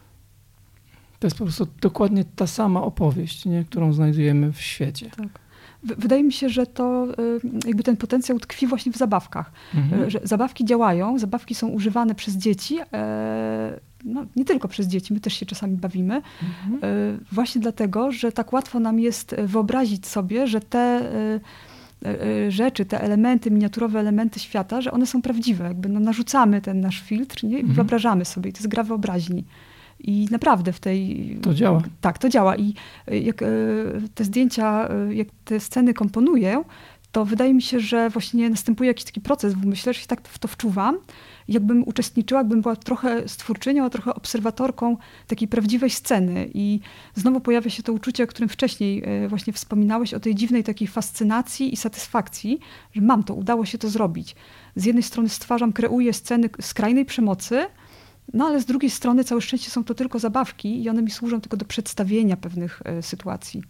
[SPEAKER 2] to jest po prostu dokładnie ta sama opowieść, nie, którą znajdujemy w świecie.
[SPEAKER 3] Tak. Wydaje mi się, że to jakby ten potencjał tkwi właśnie w zabawkach. Mhm. Że zabawki działają, zabawki są używane przez dzieci, no, nie tylko przez dzieci, my też się czasami bawimy, mhm. właśnie dlatego, że tak łatwo nam jest wyobrazić sobie, że te rzeczy, te elementy, miniaturowe elementy świata, że one są prawdziwe. Jakby no, narzucamy ten nasz filtr, nie? I mhm. wyobrażamy sobie. I to jest gra wyobraźni. I naprawdę w tej...
[SPEAKER 2] To działa.
[SPEAKER 3] Tak, to działa. I jak te zdjęcia, jak te sceny komponuję, to wydaje mi się, że właśnie następuje jakiś taki proces w umyśle, że się tak w to wczuwam. Jakbym uczestniczyła, jakbym była trochę stwórczynią, a trochę obserwatorką takiej prawdziwej sceny. I znowu pojawia się to uczucie, o którym wcześniej właśnie wspominałeś, o tej dziwnej takiej fascynacji i satysfakcji, że mam to, udało się to zrobić. Z jednej strony stwarzam, kreuję sceny skrajnej przemocy, no ale z drugiej strony całe szczęście są to tylko zabawki i one mi służą tylko do przedstawienia pewnych sytuacji.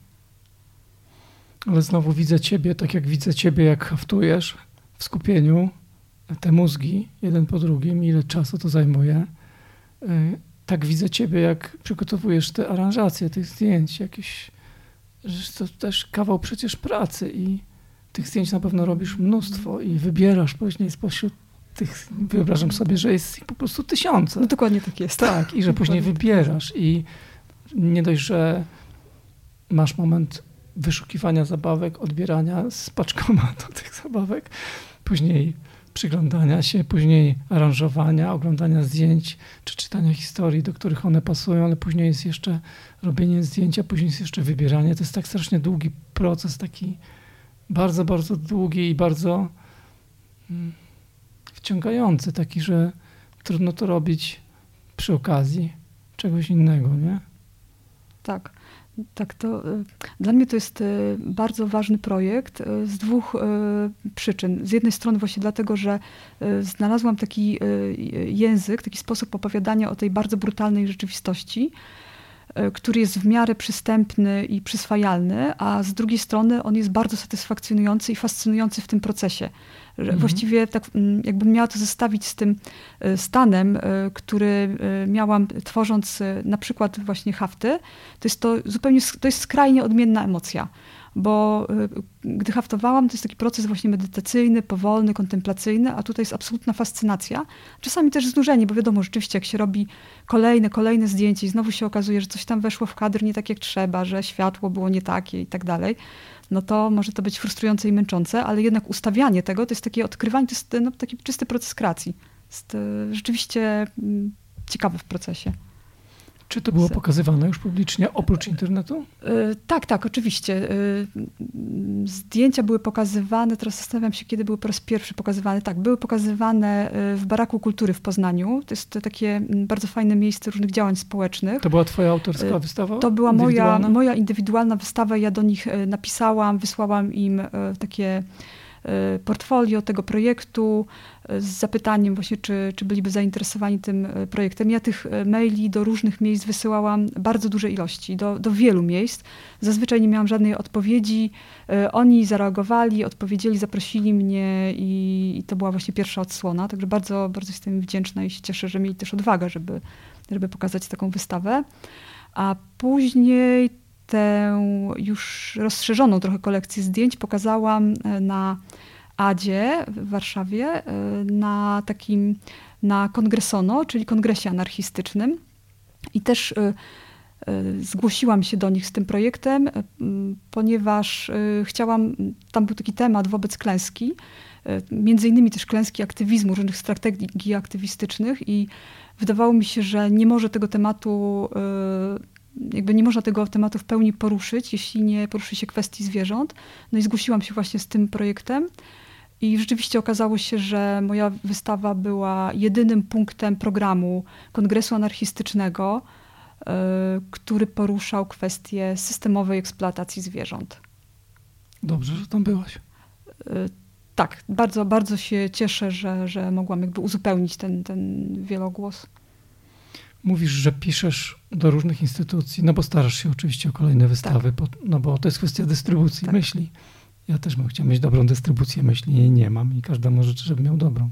[SPEAKER 2] Ale znowu widzę ciebie, tak jak widzę ciebie, jak haftujesz w skupieniu te mózgi, jeden po drugim, ile czasu to zajmuje. Tak widzę ciebie, jak przygotowujesz te aranżacje tych zdjęć, jakieś, że to też kawał przecież pracy i tych zdjęć na pewno robisz mnóstwo i wybierasz później spośród tych, wyobrażam sobie, że jest ich po prostu tysiące.
[SPEAKER 3] No dokładnie tak jest.
[SPEAKER 2] Tak, i że później wybierasz i nie dość, że masz moment wyszukiwania zabawek, odbierania z paczkomatu tych zabawek, później przyglądania się, później aranżowania, oglądania zdjęć, czy czytania historii, do których one pasują, ale później jest jeszcze robienie zdjęcia, później jest jeszcze wybieranie. To jest tak strasznie długi proces, taki bardzo, bardzo długi i bardzo mm, wciągający, taki, że trudno to robić przy okazji czegoś innego, nie?
[SPEAKER 3] Tak. Tak, to dla mnie to jest bardzo ważny projekt z dwóch przyczyn. Z jednej strony właśnie dlatego, że znalazłam taki język, taki sposób opowiadania o tej bardzo brutalnej rzeczywistości, który jest w miarę przystępny i przyswajalny, a z drugiej strony on jest bardzo satysfakcjonujący i fascynujący w tym procesie. Mhm. Właściwie tak jakbym miała to zestawić z tym stanem, który miałam tworząc na przykład właśnie hafty, to jest to zupełnie, to jest skrajnie odmienna emocja. bo gdy haftowałam, to jest taki proces właśnie medytacyjny, powolny, kontemplacyjny, a tutaj jest absolutna fascynacja. Czasami też znużenie, bo wiadomo, rzeczywiście jak się robi kolejne, kolejne zdjęcie i znowu się okazuje, że coś tam weszło w kadr nie tak jak trzeba, że światło było nie takie i tak dalej, no to może to być frustrujące i męczące, ale jednak ustawianie tego to jest takie odkrywanie, to jest no, taki czysty proces kreacji. Jest rzeczywiście ciekawy w procesie.
[SPEAKER 2] Czy to było pokazywane już publicznie, oprócz internetu?
[SPEAKER 3] Yy, tak, tak, oczywiście. Yy, zdjęcia były pokazywane, teraz zastanawiam się, kiedy były po raz pierwszy pokazywane. Tak, były pokazywane w Baraku Kultury w Poznaniu. To jest takie bardzo fajne miejsce różnych działań społecznych.
[SPEAKER 2] To była twoja autorska
[SPEAKER 3] yy,
[SPEAKER 2] wystawa?
[SPEAKER 3] To była moja, moja indywidualna wystawa. Ja do nich napisałam, wysłałam im takie portfolio tego projektu z zapytaniem właśnie, czy, czy byliby zainteresowani tym projektem. Ja tych maili do różnych miejsc wysyłałam bardzo duże ilości, do, do wielu miejsc. Zazwyczaj nie miałam żadnej odpowiedzi. Oni zareagowali, odpowiedzieli, zaprosili mnie i, i to była właśnie pierwsza odsłona. Także bardzo, bardzo jestem wdzięczna i się cieszę, że mieli też odwagę, żeby, żeby pokazać taką wystawę. A później tę już rozszerzoną trochę kolekcję zdjęć pokazałam na Adzie w Warszawie, na takim, na Kongresono, czyli kongresie anarchistycznym. I też zgłosiłam się do nich z tym projektem, ponieważ chciałam, tam był taki temat wobec klęski, między innymi też klęski aktywizmu, różnych strategii aktywistycznych i wydawało mi się, że nie może tego tematu jakby nie można tego tematu w pełni poruszyć, jeśli nie poruszy się kwestii zwierząt. No i zgłosiłam się właśnie z tym projektem i rzeczywiście okazało się, że moja wystawa była jedynym punktem programu Kongresu Anarchistycznego, yy, który poruszał kwestię systemowej eksploatacji zwierząt.
[SPEAKER 2] Dobrze, że tam byłaś.
[SPEAKER 3] Yy, tak, bardzo, bardzo się cieszę, że, że mogłam jakby uzupełnić ten, ten wielogłos.
[SPEAKER 2] Mówisz, że piszesz do różnych instytucji, no bo starasz się oczywiście o kolejne wystawy, tak. No bo to jest kwestia dystrybucji tak. myśli. Ja też bym chciał mieć dobrą dystrybucję myśli, jej nie mam i każdemu życzę, żeby miał dobrą.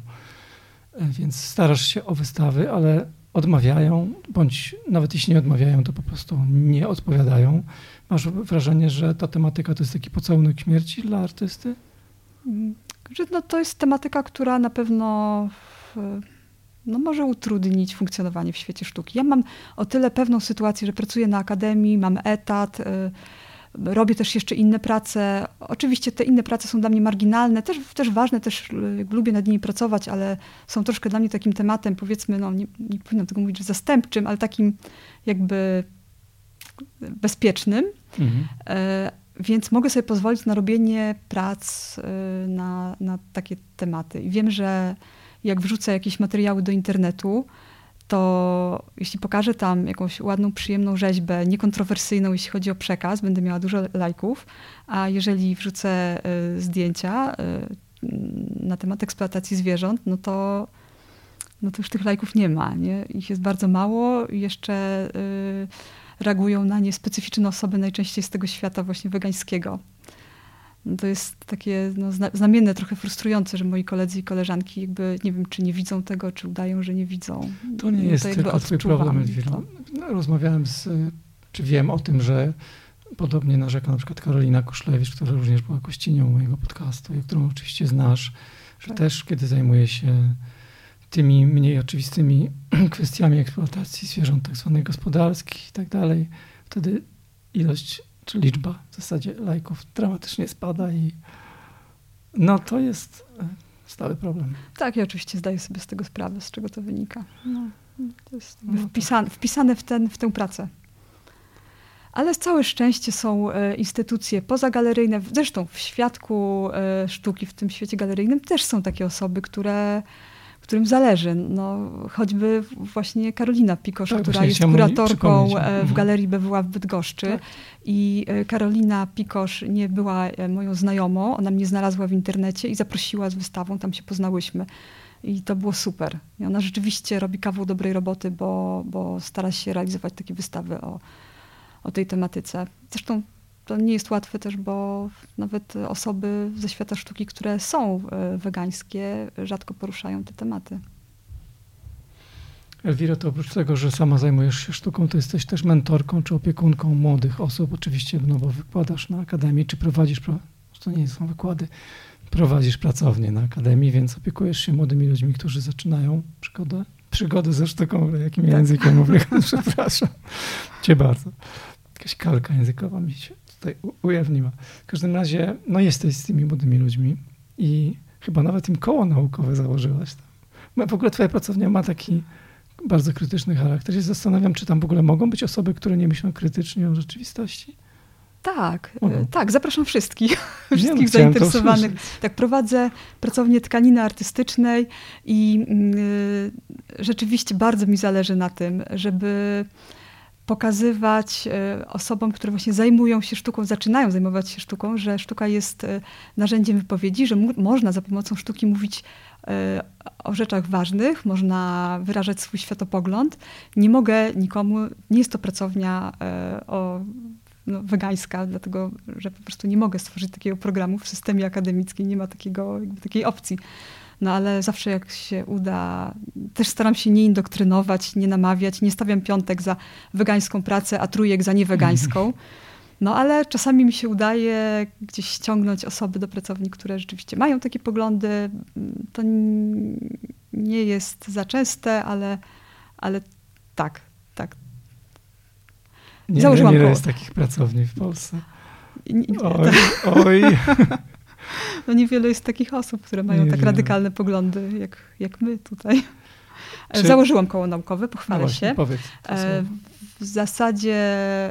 [SPEAKER 2] Więc starasz się o wystawy, ale odmawiają, bądź nawet jeśli nie odmawiają, to po prostu nie odpowiadają. Masz wrażenie, że ta tematyka to jest taki pocałunek śmierci dla artysty?
[SPEAKER 3] No, to jest tematyka, która na pewno w, no, może utrudnić funkcjonowanie w świecie sztuki. Ja mam o tyle pewną sytuację, że pracuję na akademii, mam etat, y, robię też jeszcze inne prace. Oczywiście te inne prace są dla mnie marginalne, też, też ważne, też y, lubię nad nimi pracować, ale są troszkę dla mnie takim tematem, powiedzmy, no nie, nie powinnam tego mówić, że zastępczym, ale takim jakby bezpiecznym. Mhm. Y, Więc mogę sobie pozwolić na robienie prac y, na, na takie tematy. I wiem, że jak wrzucę jakieś materiały do internetu, to jeśli pokażę tam jakąś ładną, przyjemną rzeźbę, niekontrowersyjną, jeśli chodzi o przekaz, będę miała dużo lajków, a jeżeli wrzucę y, zdjęcia y, na temat eksploatacji zwierząt, no to, no to już tych lajków nie ma. Nie? Ich jest bardzo mało i jeszcze y, reagują na nie specyficzne osoby, najczęściej z tego świata właśnie wegańskiego. No to jest takie no, znamienne, trochę frustrujące, że moi koledzy i koleżanki jakby nie wiem, czy nie widzą tego, czy udają, że nie widzą.
[SPEAKER 2] To nie
[SPEAKER 3] no,
[SPEAKER 2] jest
[SPEAKER 3] to
[SPEAKER 2] tylko twój problem, Elwiro. No, rozmawiałem z, czy wiem o tym, że podobnie narzeka na przykład Karolina Kuszlewicz, która również była gościnią mojego podcastu, i którą oczywiście znasz, że tak. też kiedy zajmuje się tymi mniej oczywistymi kwestiami eksploatacji zwierząt tak zwanych gospodarskich i tak dalej, wtedy ilość czy liczba w zasadzie lajków dramatycznie spada i no to jest stały problem.
[SPEAKER 3] Tak, ja oczywiście zdaję sobie z tego sprawę, z czego to wynika. No, to jest no wpisane, tak. wpisane w, ten, w tę pracę. Ale całe szczęście są e, instytucje pozagaleryjne. Zresztą w świadku e, sztuki, w tym świecie galeryjnym też są takie osoby, które którym zależy. No, choćby właśnie Karolina Pikosz, tak, która jest kuratorką w Galerii B W A w Bydgoszczy. Tak. I Karolina Pikosz nie była moją znajomą, ona mnie znalazła w internecie i zaprosiła z wystawą, tam się poznałyśmy. I to było super. I ona rzeczywiście robi kawał dobrej roboty, bo, bo stara się realizować takie wystawy o, o tej tematyce. Zresztą to nie jest łatwe też, bo nawet osoby ze świata sztuki, które są wegańskie, rzadko poruszają te tematy.
[SPEAKER 2] Elwiro, to oprócz tego, że sama zajmujesz się sztuką, to jesteś też mentorką czy opiekunką młodych osób. Oczywiście no bo wykładasz na akademii, czy prowadzisz, to nie są wykłady, prowadzisz pracownię na akademii, więc opiekujesz się młodymi ludźmi, którzy zaczynają przygodę, przygodę ze sztuką, jakim tak. językiem mówię, przepraszam cię bardzo. Jakaś kalka językowa mi się tutaj ujawniła. W każdym razie, no jesteś z tymi młodymi ludźmi i chyba nawet im koło naukowe założyłaś. W ogóle twoja pracownia ma taki bardzo krytyczny charakter. Ja się zastanawiam, czy tam w ogóle mogą być osoby, które nie myślą krytycznie o rzeczywistości?
[SPEAKER 3] Tak,
[SPEAKER 2] Mogą.
[SPEAKER 3] tak, zapraszam wszystkich,
[SPEAKER 2] Nie,
[SPEAKER 3] wszystkich
[SPEAKER 2] no,
[SPEAKER 3] zainteresowanych. Tak, prowadzę pracownię tkaniny artystycznej i y, rzeczywiście bardzo mi zależy na tym, żeby pokazywać y, osobom, które właśnie zajmują się sztuką, zaczynają zajmować się sztuką, że sztuka jest y, narzędziem wypowiedzi, że mu, można za pomocą sztuki mówić o rzeczach ważnych, można wyrażać swój światopogląd. Nie mogę nikomu, nie jest to pracownia o, no, wegańska, dlatego że po prostu nie mogę stworzyć takiego programu w systemie akademickim, nie ma takiego, jakby takiej opcji. No ale zawsze jak się uda, też staram się nie indoktrynować, nie namawiać, nie stawiam piątek za wegańską pracę, a trójek za niewegańską. No ale czasami mi się udaje gdzieś ściągnąć osoby do pracowni, które rzeczywiście mają takie poglądy. To nie jest za częste, ale, ale tak, tak.
[SPEAKER 2] Nie,
[SPEAKER 3] Założyłam
[SPEAKER 2] nie
[SPEAKER 3] koło.
[SPEAKER 2] jest takich pracowni w Polsce.
[SPEAKER 3] Nie, nie,
[SPEAKER 2] oj, oj.
[SPEAKER 3] No niewiele jest takich osób, które mają
[SPEAKER 2] Nie
[SPEAKER 3] tak
[SPEAKER 2] wiem.
[SPEAKER 3] radykalne poglądy, jak, jak my tutaj.
[SPEAKER 2] Czy...
[SPEAKER 3] Założyłam koło naukowe, pochwalę
[SPEAKER 2] no właśnie,
[SPEAKER 3] się.
[SPEAKER 2] Powiedz,
[SPEAKER 3] w zasadzie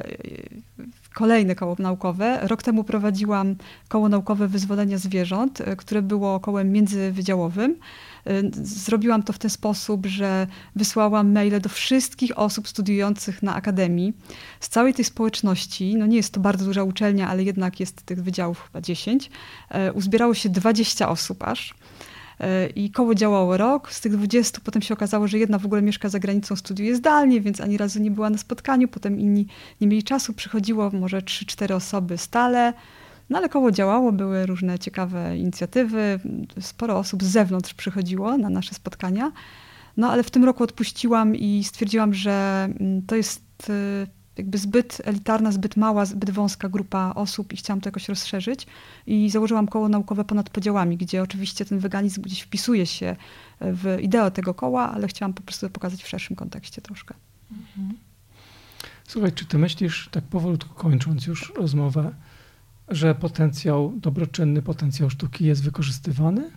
[SPEAKER 3] kolejne koło naukowe. Rok temu prowadziłam koło naukowe Wyzwolenia Zwierząt, które było kołem międzywydziałowym. Zrobiłam to w ten sposób, że wysłałam maile do wszystkich osób studiujących na akademii. Z całej tej społeczności, no nie jest to bardzo duża uczelnia, ale jednak jest tych wydziałów chyba dziesięć, uzbierało się dwadzieścia osób aż. I koło działało rok. Z tych dwudziestu potem się okazało, że jedna w ogóle mieszka za granicą, studiuje zdalnie, więc ani razu nie była na spotkaniu. Potem inni nie mieli czasu. Przychodziło może trzy, cztery osoby stale. No ale koło działało, były różne ciekawe inicjatywy. Sporo osób z zewnątrz przychodziło na nasze spotkania. No ale w tym roku odpuściłam i stwierdziłam, że to jest jakby zbyt elitarna, zbyt mała, zbyt wąska grupa osób i chciałam to jakoś rozszerzyć. I założyłam koło naukowe ponad podziałami, gdzie oczywiście ten weganizm gdzieś wpisuje się w ideę tego koła, ale chciałam po prostu pokazać w szerszym kontekście troszkę.
[SPEAKER 2] Słuchaj, czy ty myślisz, tak powolutku kończąc już rozmowę, że potencjał, dobroczynny potencjał sztuki jest wykorzystywany?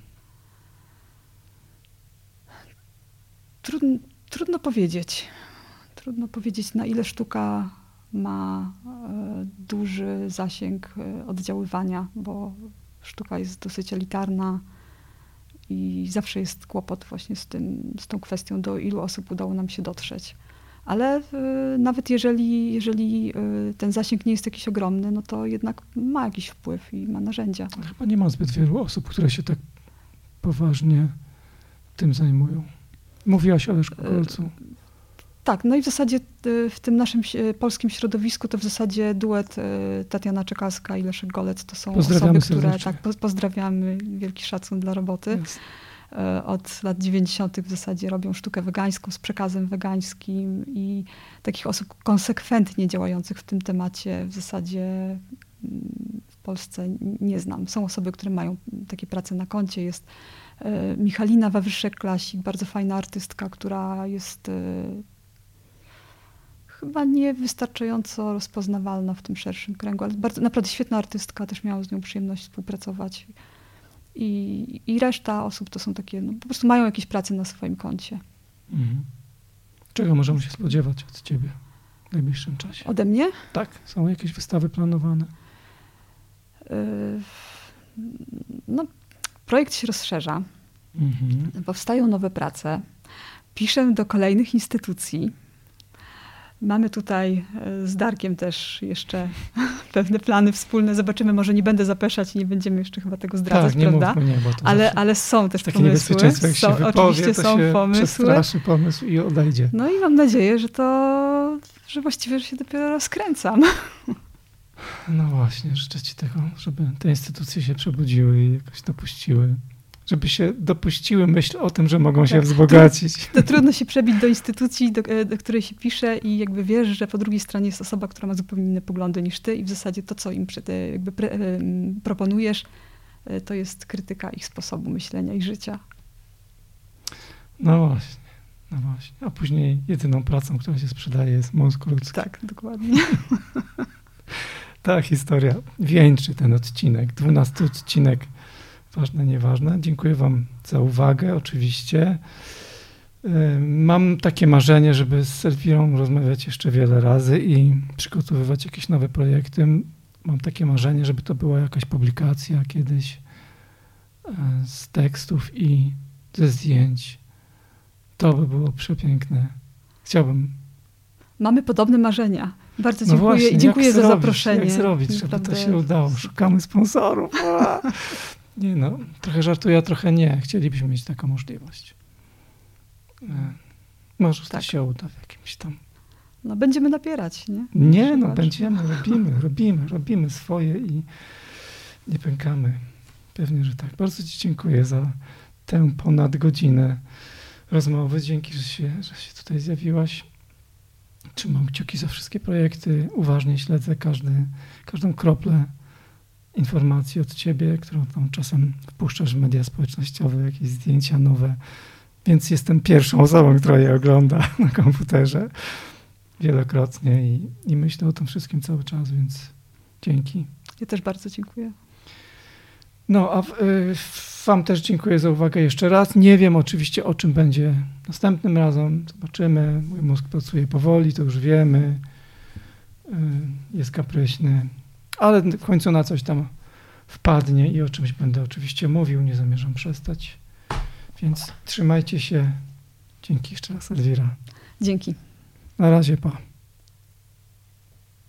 [SPEAKER 3] Trudno, trudno powiedzieć. Trudno powiedzieć, na ile sztuka ma e, duży zasięg e, oddziaływania, bo sztuka jest dosyć elitarna i zawsze jest kłopot właśnie z tym, z tą kwestią, do ilu osób udało nam się dotrzeć. Ale e, nawet jeżeli, jeżeli e, ten zasięg nie jest jakiś ogromny, no to jednak ma jakiś wpływ i ma narzędzia.
[SPEAKER 2] Chyba nie ma zbyt wielu osób, które się tak poważnie tym zajmują. Mówiłaś o Leszku Golcu.
[SPEAKER 3] Tak, no i w zasadzie w tym naszym polskim środowisku to w zasadzie duet Tatiana Czekalska i Leszek Golec to są osoby, które tak, pozdrawiamy, wielki szacun dla roboty. Jest. Od lat dziewięćdziesiątych w zasadzie robią sztukę wegańską z przekazem wegańskim i takich osób konsekwentnie działających w tym temacie w zasadzie w Polsce nie znam. Są osoby, które mają takie prace na koncie. Jest Michalina Wawrzyszek-Klasik, bardzo fajna artystka, która jest chyba niewystarczająco rozpoznawalna w tym szerszym kręgu, ale bardzo, naprawdę świetna artystka, też miałam z nią przyjemność współpracować. I, i reszta osób to są takie, no, po prostu mają jakieś prace na swoim koncie.
[SPEAKER 2] Mhm. Czego możemy się spodziewać od ciebie w najbliższym czasie?
[SPEAKER 3] Ode mnie?
[SPEAKER 2] Tak, są jakieś wystawy planowane?
[SPEAKER 3] Yy, no, projekt się rozszerza. Mhm. Powstają nowe prace. Piszę do kolejnych instytucji. Mamy tutaj z Darkiem też jeszcze pewne plany wspólne. Zobaczymy, może nie będę zapeszać i nie będziemy jeszcze chyba tego zdradzać,
[SPEAKER 2] tak, nie
[SPEAKER 3] prawda?
[SPEAKER 2] Mówmy, nie, bo to
[SPEAKER 3] ale, ale są też
[SPEAKER 2] takie
[SPEAKER 3] pomysły.
[SPEAKER 2] Jak się
[SPEAKER 3] są,
[SPEAKER 2] wypowie,
[SPEAKER 3] oczywiście
[SPEAKER 2] to
[SPEAKER 3] są
[SPEAKER 2] się
[SPEAKER 3] pomysły.
[SPEAKER 2] przestraszy pomysł i odejdzie.
[SPEAKER 3] No i mam nadzieję, że to, że właściwie że się dopiero rozkręcam.
[SPEAKER 2] No właśnie, życzę ci tego, żeby te instytucje się przebudziły i jakoś dopuściły żeby się dopuściły myśl o tym, że mogą się tak. wzbogacić.
[SPEAKER 3] To trudno się przebić do instytucji, do, do której się pisze i jakby wiesz, że po drugiej stronie jest osoba, która ma zupełnie inne poglądy niż ty i w zasadzie to, co im jakby pre, proponujesz, to jest krytyka ich sposobu myślenia i życia.
[SPEAKER 2] No właśnie, no właśnie. A później jedyną pracą, która się sprzedaje, jest mózg ludzki.
[SPEAKER 3] Tak, dokładnie.
[SPEAKER 2] Ta historia wieńczy ten odcinek, dwunasty odcinek. Ważne, nieważne. Dziękuję wam za uwagę, oczywiście. Mam takie marzenie, żeby z Elwirą rozmawiać jeszcze wiele razy i przygotowywać jakieś nowe projekty. Mam takie marzenie, żeby to była jakaś publikacja kiedyś z tekstów i ze zdjęć. To by było przepiękne. Chciałbym.
[SPEAKER 3] Mamy podobne marzenia. Bardzo dziękuję
[SPEAKER 2] no właśnie,
[SPEAKER 3] i dziękuję za
[SPEAKER 2] zrobić,
[SPEAKER 3] zaproszenie.
[SPEAKER 2] Jak zrobić, żeby Naprawdę. to się udało. Szukamy sponsorów. Nie no, trochę żartuję, a trochę nie. Chcielibyśmy mieć taką możliwość. Może tak. to się uda w jakimś tam...
[SPEAKER 3] No będziemy napierać, nie?
[SPEAKER 2] Nie, no będziemy, robimy, robimy, robimy swoje i nie pękamy. Pewnie, że tak. Bardzo ci dziękuję za tę ponad godzinę rozmowy. Dzięki, że się, że się tutaj zjawiłaś. Trzymam kciuki za wszystkie projekty. Uważnie śledzę każdy, każdą kroplę informacji od ciebie, którą tam czasem wpuszczasz w media społecznościowe, jakieś zdjęcia nowe. Więc jestem pierwszą osobą, która je ogląda na komputerze wielokrotnie i, i myślę o tym wszystkim cały czas, więc dzięki.
[SPEAKER 3] Ja też bardzo dziękuję.
[SPEAKER 2] No, a y, wam też dziękuję za uwagę jeszcze raz. Nie wiem oczywiście, o czym będzie następnym razem. Zobaczymy. Mój mózg pracuje powoli, to już wiemy. Y, jest kapryśny, ale w końcu na coś tam wpadnie i o czymś będę oczywiście mówił. Nie zamierzam przestać. Więc trzymajcie się. Dzięki jeszcze raz, Elwira.
[SPEAKER 3] Dzięki.
[SPEAKER 2] Na razie, pa.